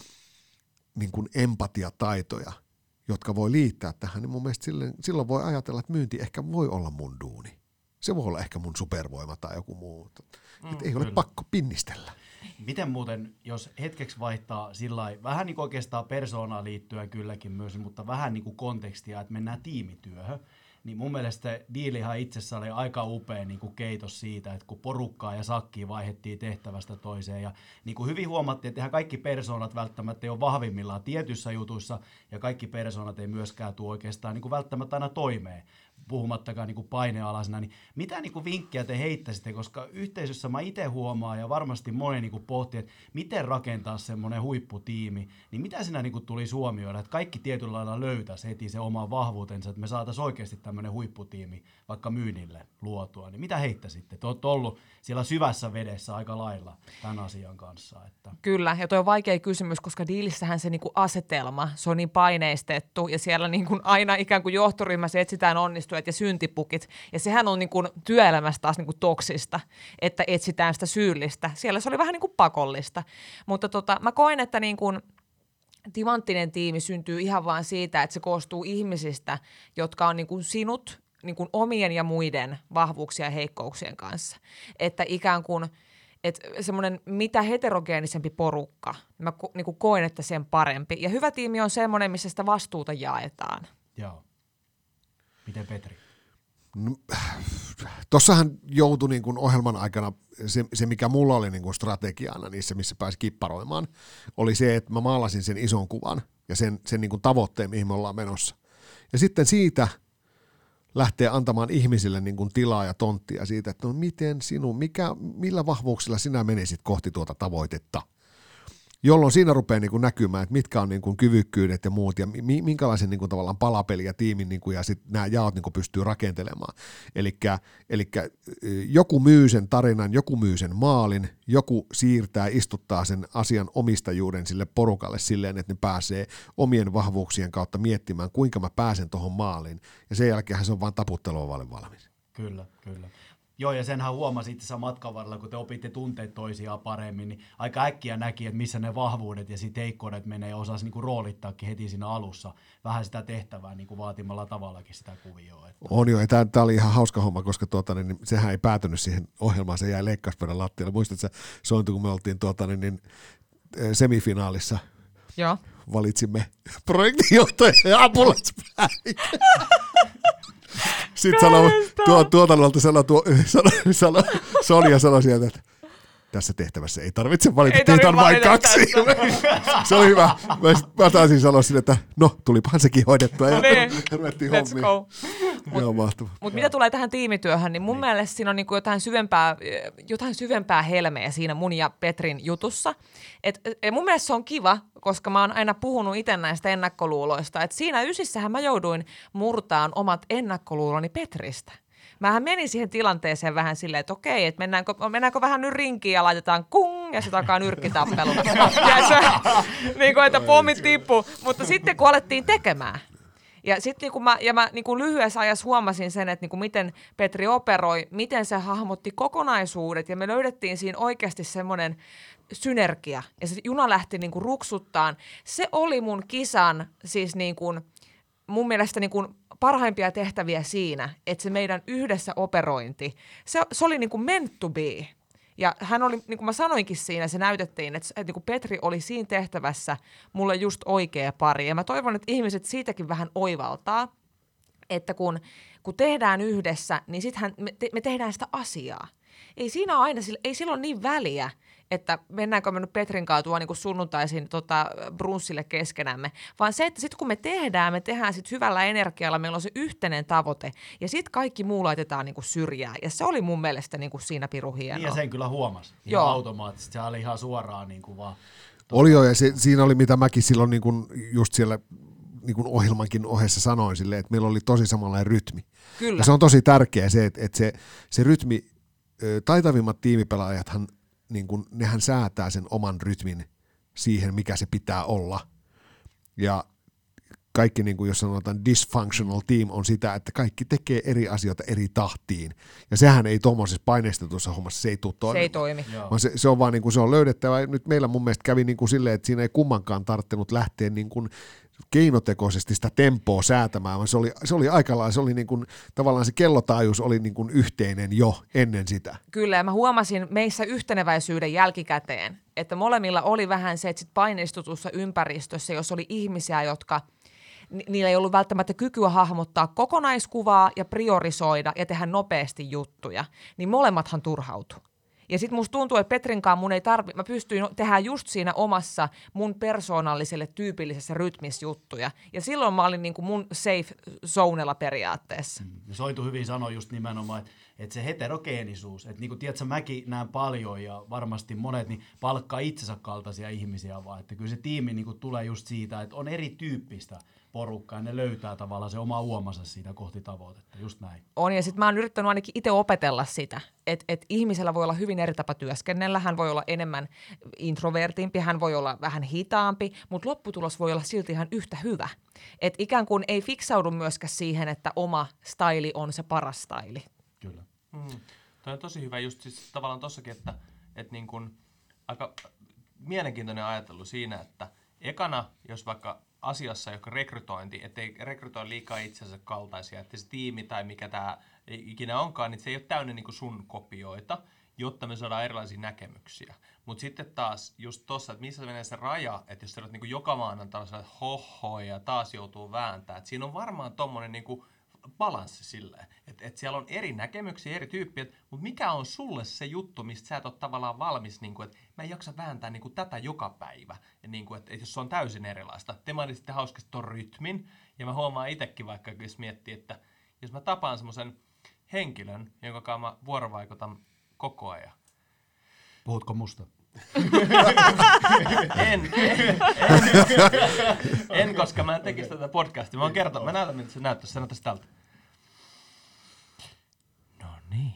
niin kuin empatiataitoja, jotka voi liittää tähän, niin mun mielestä silloin, silloin voi ajatella, että myynti ehkä voi olla mun duuni. Se voi olla ehkä mun supervoima tai joku muu. Mm, että ei ole kyllä pakko pinnistellä. Miten muuten, jos hetkeksi vaihtaa sillai, vähän niin kuin oikeastaan persoonaan liittyen kylläkin myös, mutta vähän niin kuin kontekstia, että mennään tiimityöhön, niin mun mielestä diilihan itsessä oli aika upea niin kuin keitos siitä, että kun porukkaa ja sakkia vaihdettiin tehtävästä toiseen ja niin kuin hyvin huomattiin, että eihän kaikki persoonat välttämättä ei ole vahvimmillaan tietyissä jutuissa ja kaikki persoonat ei myöskään tule oikeastaan niin kuin välttämättä aina toimeen, puhumattakaan niin kuin painealaisena, niin mitä niin kuin vinkkejä te heittäisitte, koska yhteisössä mä itse huomaan ja varmasti moni niin kuin pohtii, että miten rakentaa semmoinen huipputiimi, niin mitä siinä niin kuin tulisi huomioida, että kaikki tietyllä lailla löytäisi heti se oma vahvuutensa, että me saataisiin oikeasti tämmöinen huipputiimi vaikka myynnille luotua, niin mitä heittäisitte? Te olette ollut siellä syvässä vedessä aika lailla tämän asian kanssa. Että. Kyllä, ja tuo on vaikea kysymys, koska diilissähän se niinku asetelma, se on niin paineistettu, ja siellä niinku aina ikään kuin johtoryhmässä etsitään onnistujat ja syntipukit, ja sehän on niinku työelämässä taas niinku toksista, että etsitään sitä syyllistä. Siellä se oli vähän niinku pakollista, mutta tota, mä koen, että niinku timanttinen tiimi syntyy ihan vaan siitä, että se koostuu ihmisistä, jotka on niinku sinut niin kuin omien ja muiden vahvuuksien ja heikkouksien kanssa. Että ikään kuin että semmoinen mitä heterogeenisempi porukka, mä ko, niin kuin koen, että sen parempi. Ja hyvä tiimi on semmoinen, missä sitä vastuuta jaetaan. Joo. Miten Petri? No, tossahan joutui niin kuin ohjelman aikana, se, se mikä mulla oli niin kuin strategiana niissä, missä pääsi kipparoimaan, oli se, että mä maalasin sen ison kuvan ja sen, sen niin kuin tavoitteen, mihin me ollaan menossa. Ja sitten siitä lähtee antamaan ihmisille niin kuin tilaa ja tonttia siitä, että no miten sinun, mikä, millä vahvuuksilla sinä menisit kohti tuota tavoitetta, jolloin siinä rupeaa niin kuin näkymään, että mitkä on niin kuin kyvykkyydet ja muut ja minkälaisen niin kuin tavallaan palapeli ja tiimin niin kuin ja sitten nämä jaot niin kuin pystyy rakentelemaan. Eli joku myy sen tarinan, joku myy sen maalin, joku siirtää, istuttaa sen asian omistajuuden sille porukalle silleen, että ne pääsee omien vahvuuksien kautta miettimään, kuinka mä pääsen tuohon maaliin. Ja sen jälkeen se on vaan taputtelua valmis. Kyllä, kyllä. Joo, ja senhän huomasi itse matkan varrella, kun te opitte tunteet toisiaan paremmin, niin aika äkkiä näki, että missä ne vahvuudet ja sit heikkoudet menee ja osasi niinku roolittaakin heti siinä alussa vähän sitä tehtävää niinku vaatimalla tavallakin sitä kuvioa. Että. On jo, ja tämä oli ihan hauska homma, koska tuota, niin, sehän ei päätynyt siihen ohjelmaan, se jäi leikkauspöydän lattialle. Muistatko Sointu, kun me oltiin tuota, niin, niin, semifinaalissa? Joo. Valitsimme projektinjohtajan ja apulaispäällikön. Sitten sanoi tuo, tuotannolta sanoi, tuo, sanoi, sanoi, Sonja sanoi sieltä, että tässä tehtävässä ei tarvitse valita, ei teitä on vain kaksi. Se oli hyvä. Mä, mä taisin sanoa sille, että no, tulipahan sekin hoidettua ja niin. ruvettiin Let's hommiin. go. Joo, mahtavaa. Mutta mitä tulee tähän tiimityöhön, niin mun niin. mielestä siinä on niinku jotain, syvempää, jotain syvempää helmeä siinä mun ja Petrin jutussa. Et, et mun mielestä se on kiva, koska mä oon aina puhunut itse näistä ennakkoluuloista. Et siinä ysissähän mä jouduin murtaan omat ennakkoluuloni Petristä. Mähän menin siihen tilanteeseen vähän silleen, että okei, että mennäänkö, mennäänkö vähän nyt rinkiin ja laitetaan kung ja sitten alkaa nyrkkitappelu. niin kuin, että pommit tippuu. Mutta sitten kun alettiin tekemään, ja sitten niin mä, ja mä niin kuin lyhyessä ajassa huomasin sen, että niin kuin miten Petri operoi, miten se hahmotti kokonaisuudet, ja me löydettiin siinä oikeasti semmoinen synergia, ja se juna lähti niin kuin ruksuttaan. Se oli mun kisan, siis niin kuin, mun mielestä niin kuin parhaimpia tehtäviä siinä, että se meidän yhdessä operointi, se, se oli niin kuin meant to be. Ja hän oli, niin kuin mä sanoinkin siinä, se näytettiin, että, että niin kuin Petri oli siinä tehtävässä mulle just oikea pari. Ja mä toivon, että ihmiset siitäkin vähän oivaltaa, että kun, kun tehdään yhdessä, niin sittenhän me, te, me tehdään sitä asiaa. Ei siinä aina, ei silloin niin väliä, että mennäänkö me nyt Petrin kanssa tuo niin kuin sunnuntaisin tota, brunssille keskenämme, vaan se, että sitten kun me tehdään, me tehdään sit hyvällä energialla, meillä on se yhteinen tavoite, ja sitten kaikki muu laitetaan niin kuin syrjään, ja se oli mun mielestä niin kuin siinä pirun hienoa. Niin ja sen kyllä huomasi, Joo. automaattisesti, se oli ihan suoraan niin kuin vaan. Oli jo, ja se, siinä oli mitä mäkin silloin niin kuin just siellä niin kuin ohjelmankin ohessa sanoin silleen, että meillä oli tosi samanlainen rytmi. Kyllä. Ja se on tosi tärkeää se, että, että se, se rytmi, taitavimmat tiimipelaajathan, niin kuin, nehän säätää sen oman rytmin siihen, mikä se pitää olla. Ja kaikki, niin kuin jos sanotaan dysfunctional team, on sitä, että kaikki tekee eri asioita eri tahtiin. Ja sehän ei tuommoisessa paineistetussa hommassa, se ei tule toimimaan. Se ei toimi. Vaan se, se on vaan niin kuin se on löydettävä. Nyt meillä mun mielestä kävi niin kuin silleen, että siinä ei kummankaan tarttunut lähteä niin kuin keinotekoisesti sitä tempoa säätämään, vaan se oli, se oli aika lailla, se oli niin kuin, tavallaan se kellotaajuus oli niin kuin yhteinen jo ennen sitä. Kyllä, ja mä huomasin meissä yhteneväisyyden jälkikäteen, että molemmilla oli vähän se, että sit paineistutussa ympäristössä, jos oli ihmisiä, jotka ni- niillä ei ollut välttämättä kykyä hahmottaa kokonaiskuvaa ja priorisoida ja tehdä nopeasti juttuja, niin molemmathan turhautui. Ja sitten musta tuntuu, että Petrinkaan mun ei tarvi, mä pystyin tehdä just siinä omassa mun persoonalliselle tyypillisessä rytmissä juttuja. Ja silloin mä olin niin kuin mun safe zonella periaatteessa. Ja Sointu hyvin sanoi just nimenomaan, että, että se heterogeenisuus, että niin kuin tiedätkö, mäkin näen paljon ja varmasti monet niin palkkaa itsensä kaltaisia ihmisiä vaan, että kyllä se tiimi niin kuin tulee just siitä, että on erityyppistä porukkaa ja ne löytää tavallaan se oma uomansa siitä kohti tavoitetta, just näin. On, ja sitten mä oon yrittänyt ainakin itse opetella sitä, että et ihmisellä voi olla hyvin eri tapa työskennellä, hän voi olla enemmän introvertimpi, hän voi olla vähän hitaampi, mutta lopputulos voi olla silti ihan yhtä hyvä. Että ikään kuin ei fiksaudu myöskään siihen, että oma staili on se paras staili. Kyllä. Mm. Toi on tosi hyvä just siis tavallaan tossakin, että, että niin kun aika mielenkiintoinen ajattelu siinä, että ekana, jos vaikka asiassa, joka rekrytointi, ettei rekrytoi liikaa itsensä kaltaisia, että se tiimi tai mikä tämä ikinä onkaan, niin se ei ole täynnä niin kuin sun kopioita, jotta me saadaan erilaisia näkemyksiä. Mutta sitten taas just tossa, että missä menee se raja, että jos sä olet niin kuin joka maanantai sellainen hoho ja taas joutuu vääntämään, että siinä on varmaan tommonen niin kuin balanssi silleen, että et siellä on eri näkemyksiä, eri tyyppiä, mutta mikä on sulle se juttu, mistä sä et ole tavallaan valmis, niin kuin, että mä en jaksa vääntää niin kuin tätä joka päivä, ja niin kuin, että, että jos se on täysin erilaista. Te mainitsitte hauskasti ton rytmin, ja mä huomaan itsekin vaikka, jos miettii, että jos mä tapaan semmoisen henkilön, jonka kanssa mä vuorovaikutan koko ajan. Puhutko musta? en, en, en, en, koska mä en tekisi tätä podcastia. Mä oon kertonut, mä näytän, miltä se näyttäisi. Se näyttäisi tältä. No niin.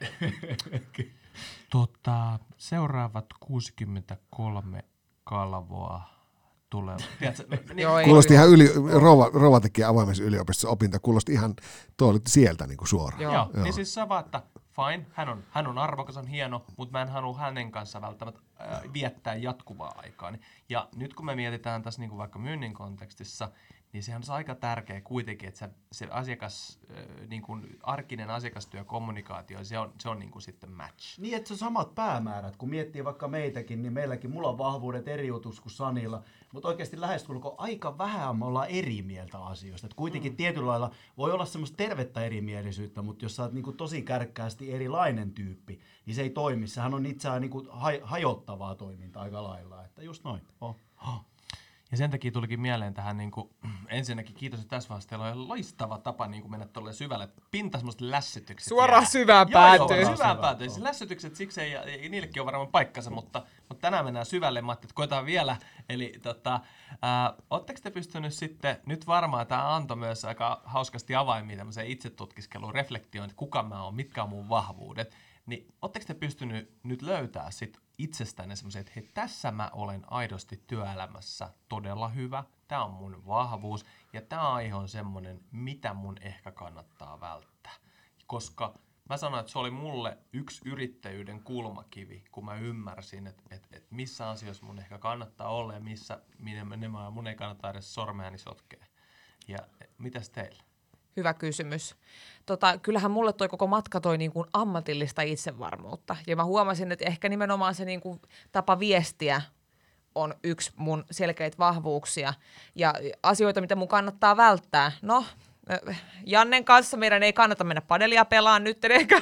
Tota, seuraavat kuusikymmentäkolme kalvoa tulee. Tiedätkö, niin, Joo, ei Kuulosti kyllä. ihan yli, Rova, Rova teki avoimessa yliopistossa opinta, kuulosti ihan, tuo oli sieltä niin kuin suoraan. Joo. Joo, Joo. niin siis se on vaan, että fine, hän on, hän on arvokas, on hieno, mutta mä en halua hänen kanssa välttämättä äh, viettää jatkuvaa aikaa. Ja nyt kun me mietitään tässä niin kuin vaikka myynnin kontekstissa, niin sehän on aika tärkeä kuitenkin, että se, se asiakas, äh, niin kuin arkinen asiakastyökommunikaatio, se on, se on niin kuin sitten match. Niin, että se on samat päämäärät, kun miettii vaikka meitäkin, niin meilläkin, mulla on vahvuudet eri jutus kuin Sanilla, mutta oikeasti lähestulkoon aika vähän me ollaan eri mieltä asioista. Et kuitenkin mm. tietyllä lailla voi olla semmoista tervettä erimielisyyttä, mutta jos sä oot niinku tosi kärkkäästi erilainen tyyppi, niin se ei toimi. Sehän on itseään niinku haj- hajottavaa toimintaa aika lailla, että just noin. Oh. Oh. Ja sen takia tulikin mieleen tähän, niin kuin, ensinnäkin kiitos, että tässä vaiheessa teillä on loistava tapa niin kuin mennä tolleen syvälle. Pinta semmoiset lässytykset. Suoraan jää. syvään Joo, päätyyn. Joo, syvään Syvä. päätyyn. Se lässytykset siksi ei, ei, niillekin on varmaan paikkansa, mutta, mutta tänään mennään syvälle. Mä ajattelin, että koetaan vielä. Eli tota, ää, ootteko te pystynyt sitten, nyt varmaan tämä antoi myös aika hauskasti avaimia tämmöiseen itsetutkiskeluun, reflektioon, että kuka mä oon, mitkä on mun vahvuudet. Niin ootteko te pystynyt nyt löytää sit itsestänne semmoisen, että hei, tässä mä olen aidosti työelämässä todella hyvä, tämä on mun vahvuus ja tämä aihe on semmoinen, mitä mun ehkä kannattaa välttää. Koska mä sanoin, että se oli mulle yksi yrittäjyyden kulmakivi, kun mä ymmärsin, että, että, että missä asioissa mun ehkä kannattaa olla ja missä nimenomaan mun ei kannata edes sormeani sotkea. Ja mitäs teillä? Hyvä kysymys. Tota, kyllähän mulle toi koko matka toi niin kuin ammatillista itsevarmuutta. Ja mä huomasin, että ehkä nimenomaan se niin kuin tapa viestiä on yksi mun selkeitä vahvuuksia. Ja asioita, mitä mun kannattaa välttää. No, Jannen kanssa meidän ei kannata mennä padelia pelaan nyt ehkä.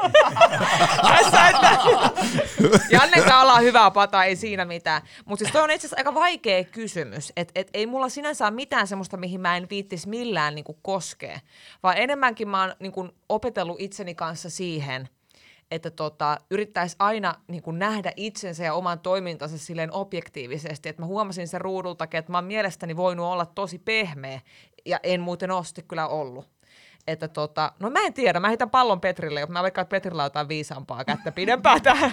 Tässä, että Jannen kanssa ollaan hyvää pataa, ei siinä mitään. Mutta siis toi on itse asiassa aika vaikea kysymys. Että et ei mulla sinänsä ole mitään semmoista, mihin mä en viittis millään niinku koskea. Vaan enemmänkin mä oon niinku opetellut itseni kanssa siihen, että tota, yrittäisi aina niin kuin nähdä itsensä ja oman toimintansa silleen objektiivisesti. Et mä huomasin sen ruudultakin, että mä oon mielestäni voinut olla tosi pehmeä, ja en muuten ole sitten kyllä ollut. Että tota, no mä en tiedä, mä heitän pallon Petrille, mutta mä vaikka Petrillä on jotain viisaampaa kättä pidempää tähän.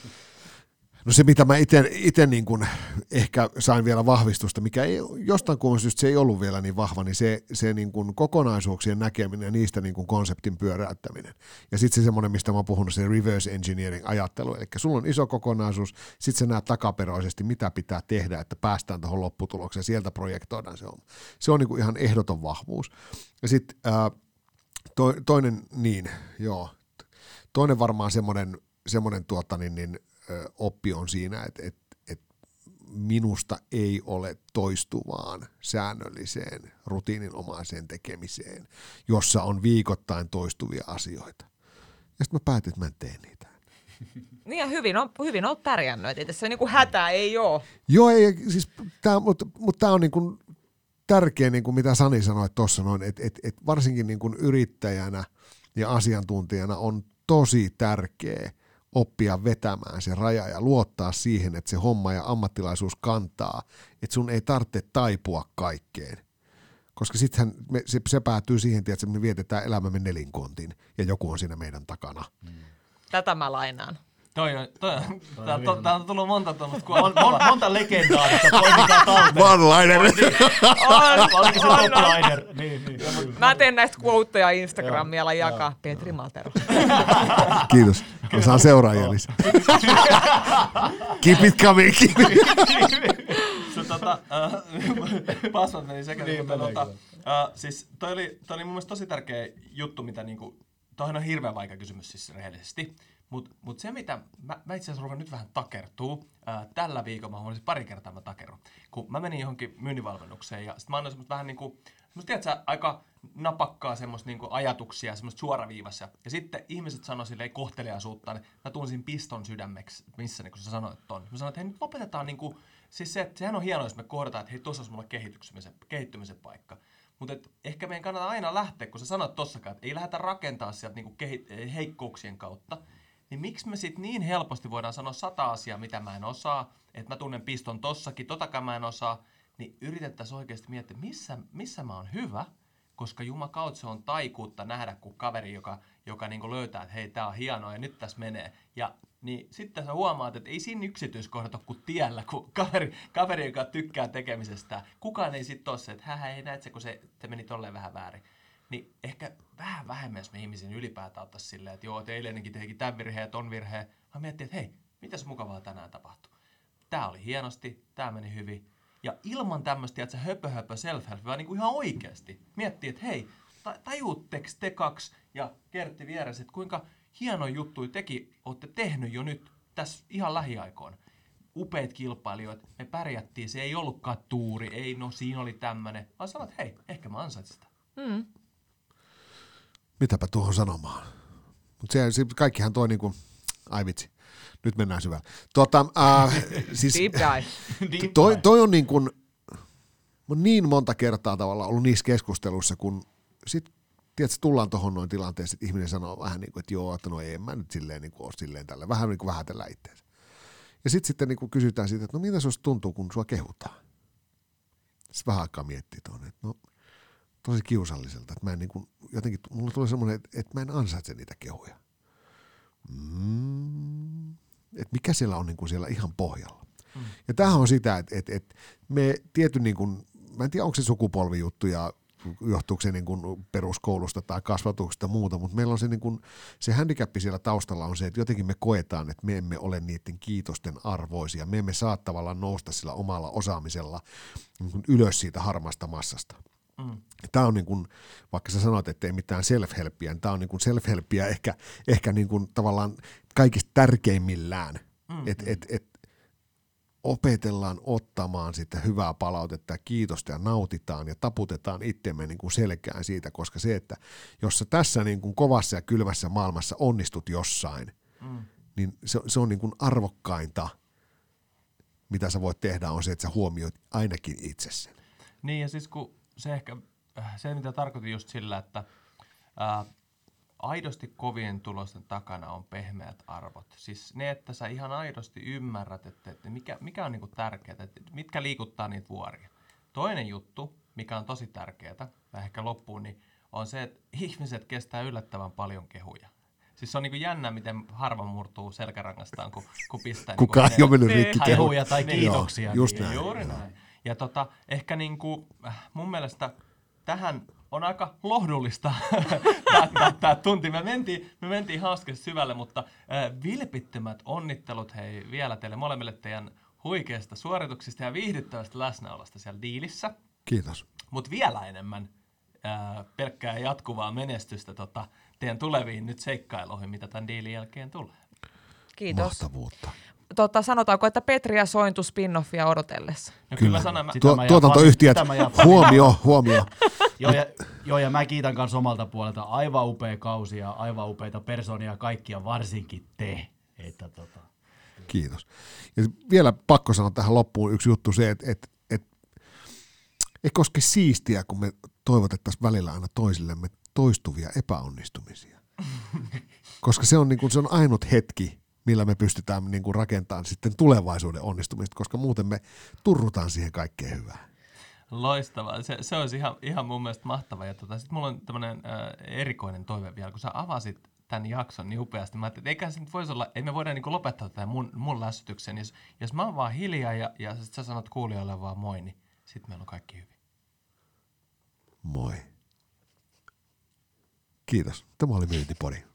No se, mitä mä itse niin kuin ehkä sain vielä vahvistusta, mikä ei, jostain kumman syystä se ei ollut vielä niin vahva, niin se, se niin kuin kokonaisuuksien näkeminen ja niistä niin kuin konseptin pyöräyttäminen. Ja sitten se semmoinen, mistä mä oon puhunut, se reverse engineering ajattelu. Eli sulla on iso kokonaisuus, sitten sä näet takaperoisesti, mitä pitää tehdä, että päästään tuohon lopputulokseen, sieltä projektoidaan se homma. Se on niin kuin ihan ehdoton vahvuus. Ja sitten to, toinen, niin, joo, toinen varmaan semmoinen, semmoinen tuota, niin, niin, oppi on siinä, että, että, että minusta ei ole toistuvaan, säännölliseen, rutiininomaiseen tekemiseen, jossa on viikoittain toistuvia asioita. Ja sitten mä päätin, että mä en tee niitä. Niin ja hyvin on, hyvin on pärjännyt, että tässä niinku hätää ei ole. Joo, ei, siis tää, mutta, mutta tämä on niinku tärkeä, niin kuin mitä Sani sanoi tuossa noin, että, että, että varsinkin niin kuin yrittäjänä ja asiantuntijana on tosi tärkeä oppia vetämään se raja ja luottaa siihen, että se homma ja ammattilaisuus kantaa, että sun ei tarvitse taipua kaikkeen. Koska sittenhän me, se, se päätyy siihen, että me vietetään elämämme nelinkontin ja joku on siinä meidän takana. Tätä mä lainaan. Toi on, toi on, tää, to, tää on tullut monta tuommoista Mon, mon, monta legendaa, että poimitaan talteen. One-liner. Oliko se top-liner? Niin, niin. Mä teen näistä quoteja Instagramilla jakaa. Petri Matero. Kiitos. Mä saan seuraajia lisää. Keep it coming. Keep it. Se tota, äh, pasmat meni sekä, niin, mutta tota, äh, siis toi oli, toi oli mun mielestä tosi tärkeä juttu, mitä niinku, toihan on hirveän vaikea kysymys siis rehellisesti. Mutta mut se, mitä mä, mä itse asiassa ruvan nyt vähän takertuu, ää, tällä viikolla mä huomasin pari kertaa mä takerun, kun mä menin johonkin myynnivalmennukseen ja sit mä annoin semmoista vähän niinku, semmoista tiedätkö, aika napakkaa semmoista niinku ajatuksia, semmoista suoraviivassa. Ja sitten ihmiset sanoi silleen kohteliaisuuttaan, että mä tunsin piston sydämeksi, missä niinku sä sanoit ton. Mä sanoin, että hei nyt lopetetaan niinku, siis se, sehän on hienoa, jos me kohdataan, että hei tossa olisi mulla kehittymisen, kehittymisen paikka. Mutta ehkä meidän kannattaa aina lähteä, kun sä sanoit tossakaan, että ei lähdetä rakentaa sieltä niinku kehi- heikkouksien kautta. Niin miksi me sitten niin helposti voidaan sanoa sata asiaa, mitä mä en osaa, että mä tunnen piston tossakin, totakaan mä en osaa, niin yritettäisiin oikeasti miettiä, missä, missä mä oon hyvä, koska jumakaut se on taikuutta nähdä, kun kaveri, joka, joka niinku löytää, että hei, tää on hienoa ja nyt tässä menee. Ja niin sitten sä huomaat, että ei siinä yksityiskohdat ole kuin tiellä, kun kaveri, kaveri joka tykkää tekemisestä, kukaan ei sitten ole se, että hä, ei näet se, kun se, se meni tolleen vähän väärin. Niin ehkä vähän vähemmän, jos me ihmisiin ylipäätään ottaisiin silleen, että joo, että eilenkin tehdäkin tämän virheen ja ton virheen, vaan miettii, että hei, mitäs mukavaa tänään tapahtui. Tää oli hienosti, tää meni hyvin. Ja ilman tämmöistä, että se höpö höpö self-help, vaan niinku ihan oikeasti miettii, että hei, tajuutteko te kaksi ja Kertti vieressä, että kuinka hieno juttu tekin olette tehnyt jo nyt tässä ihan lähiaikoina. Upeat kilpailijoita, me pärjättiin, se ei ollutkaan tuuri, ei no siinä oli tämmönen, vaan sanoit, että hei, ehkä mä ansaitsin sitä. Mm. Mitäpä tuohon sanomaan. Mutta se, se, kaikkihan toi niinku, ai vitsi, nyt mennään syvälle. Tota, äh, siis, Deep dive. toi, toi on niin kuin, niin monta kertaa tavallaan ollut niissä keskusteluissa, kun sit, tiedätkö, tullaan tuohon noin tilanteessa, että ihminen sanoo vähän niin kuin, että joo, että no ei mä nyt silleen niin kuin ole silleen tällä, vähän niin kuin vähätellä itseensä. Ja sitten sitten niin kuin kysytään siitä, että no mitä se tuntuu, kun sua kehutaan. Sitten vähän aikaa miettii tuonne, että no tosi kiusalliselta, että mä en niin kuin, jotenkin, mulla tulee semmoinen, että, että mä en ansaitse niitä kehuja. Mm, että mikä siellä on niin kuin siellä ihan pohjalla. Mm. Ja tämähän on sitä, että, että, että me tietty, niin kuin, mä en tiedä onko se sukupolvijuttu ja johtuuko se niin kuin peruskoulusta tai kasvatuksesta ja muuta, mutta meillä on se, niin kuin, se handicappi siellä taustalla on se, että jotenkin me koetaan, että me emme ole niiden kiitosten arvoisia, me emme saa tavallaan nousta sillä omalla osaamisella niin kuin ylös siitä harmaasta massasta. Mm. Tämä on niin kuin, vaikka sä sanot, että ei mitään self-helppiä, niin tämä on niin kuin self-helppiä ehkä, ehkä niin kuin tavallaan kaikista tärkeimmillään, mm. että et, et opetellaan ottamaan sitä hyvää palautetta ja kiitosta ja nautitaan ja taputetaan itsemme niin kuin selkään siitä, koska se, että jos sä tässä niin kuin kovassa ja kylmässä maailmassa onnistut jossain, mm. niin se, se on niin kuin arvokkainta, mitä sä voit tehdä, on se, että sä huomioit ainakin itsesi. Niin ja siis kun se ehkä, se mitä tarkoitin just sillä, että ää, aidosti kovien tulosten takana on pehmeät arvot. Siis ne, että sä ihan aidosti ymmärrät, että, että mikä, mikä on niinku tärkeää, että mitkä liikuttaa niitä vuoria. Toinen juttu, mikä on tosi tärkeää, ja ehkä loppuun, niin on se, että ihmiset kestää yllättävän paljon kehuja. Siis se on niinku jännä, miten harva murtuu selkärangastaan, kun, kun pistää... Kukaan niinku ei ole mennyt rikki kehuja. Kehuja tai kiitoksia. Joo, just niin. näin. Juuri näin. Ja tota, ehkä niinku, mun mielestä tähän on aika lohdullista tämä tunti. Me mentiin, me mentiin hauskasti syvälle, mutta äh, vilpittömät onnittelut hei vielä teille molemmille teidän huikeasta suorituksista ja viihdyttävästä läsnäolosta siellä diilissä. Kiitos. Mutta vielä enemmän äh, pelkkää jatkuvaa menestystä tota, teidän tuleviin nyt seikkailuihin, mitä tämän diilin jälkeen tulee. Kiitos. Mahtavuutta. Tota, sanotaanko, että Petri ja Sointu spin-offia odotellessa? No Kyllä. kyllä sanon, mä, Sitä Tuo, mä jaan tuotantoyhtiöt, fani- sitä mä jaan huomio, huomio. Joo ja, joo, ja mä kiitän kanssa omalta puolelta. Aivan upea kausi ja aivan upeita persoonia kaikkia, varsinkin te. Että tota. Kiitos. Ja vielä pakko sanoa tähän loppuun yksi juttu se, että, että, että ei koske siistiä, kun me toivotettaisiin välillä aina toisillemme toistuvia epäonnistumisia. Koska se on, niin kuin, se on ainut hetki, millä me pystytään niin kuin rakentamaan sitten tulevaisuuden onnistumista, koska muuten me turrutaan siihen kaikkeen hyvään. loistavaa. Se, se olisi ihan, ihan mun mielestä mahtavaa. Ja tota, sitten mulla on tämmöinen äh, erikoinen toive vielä, kun sä avasit tämän jakson niin upeasti. Mä ajattelin, että eikä se nyt voisi olla, ei me voida niin kuin lopettaa tätä mun, mun lässytyksen. Jos, jos mä oon vaan hiljaa ja, ja sit sä sanot kuulijoille vaan moi, niin sit meillä on kaikki hyvin. Moi. Kiitos. Tämä oli Myyntipodi.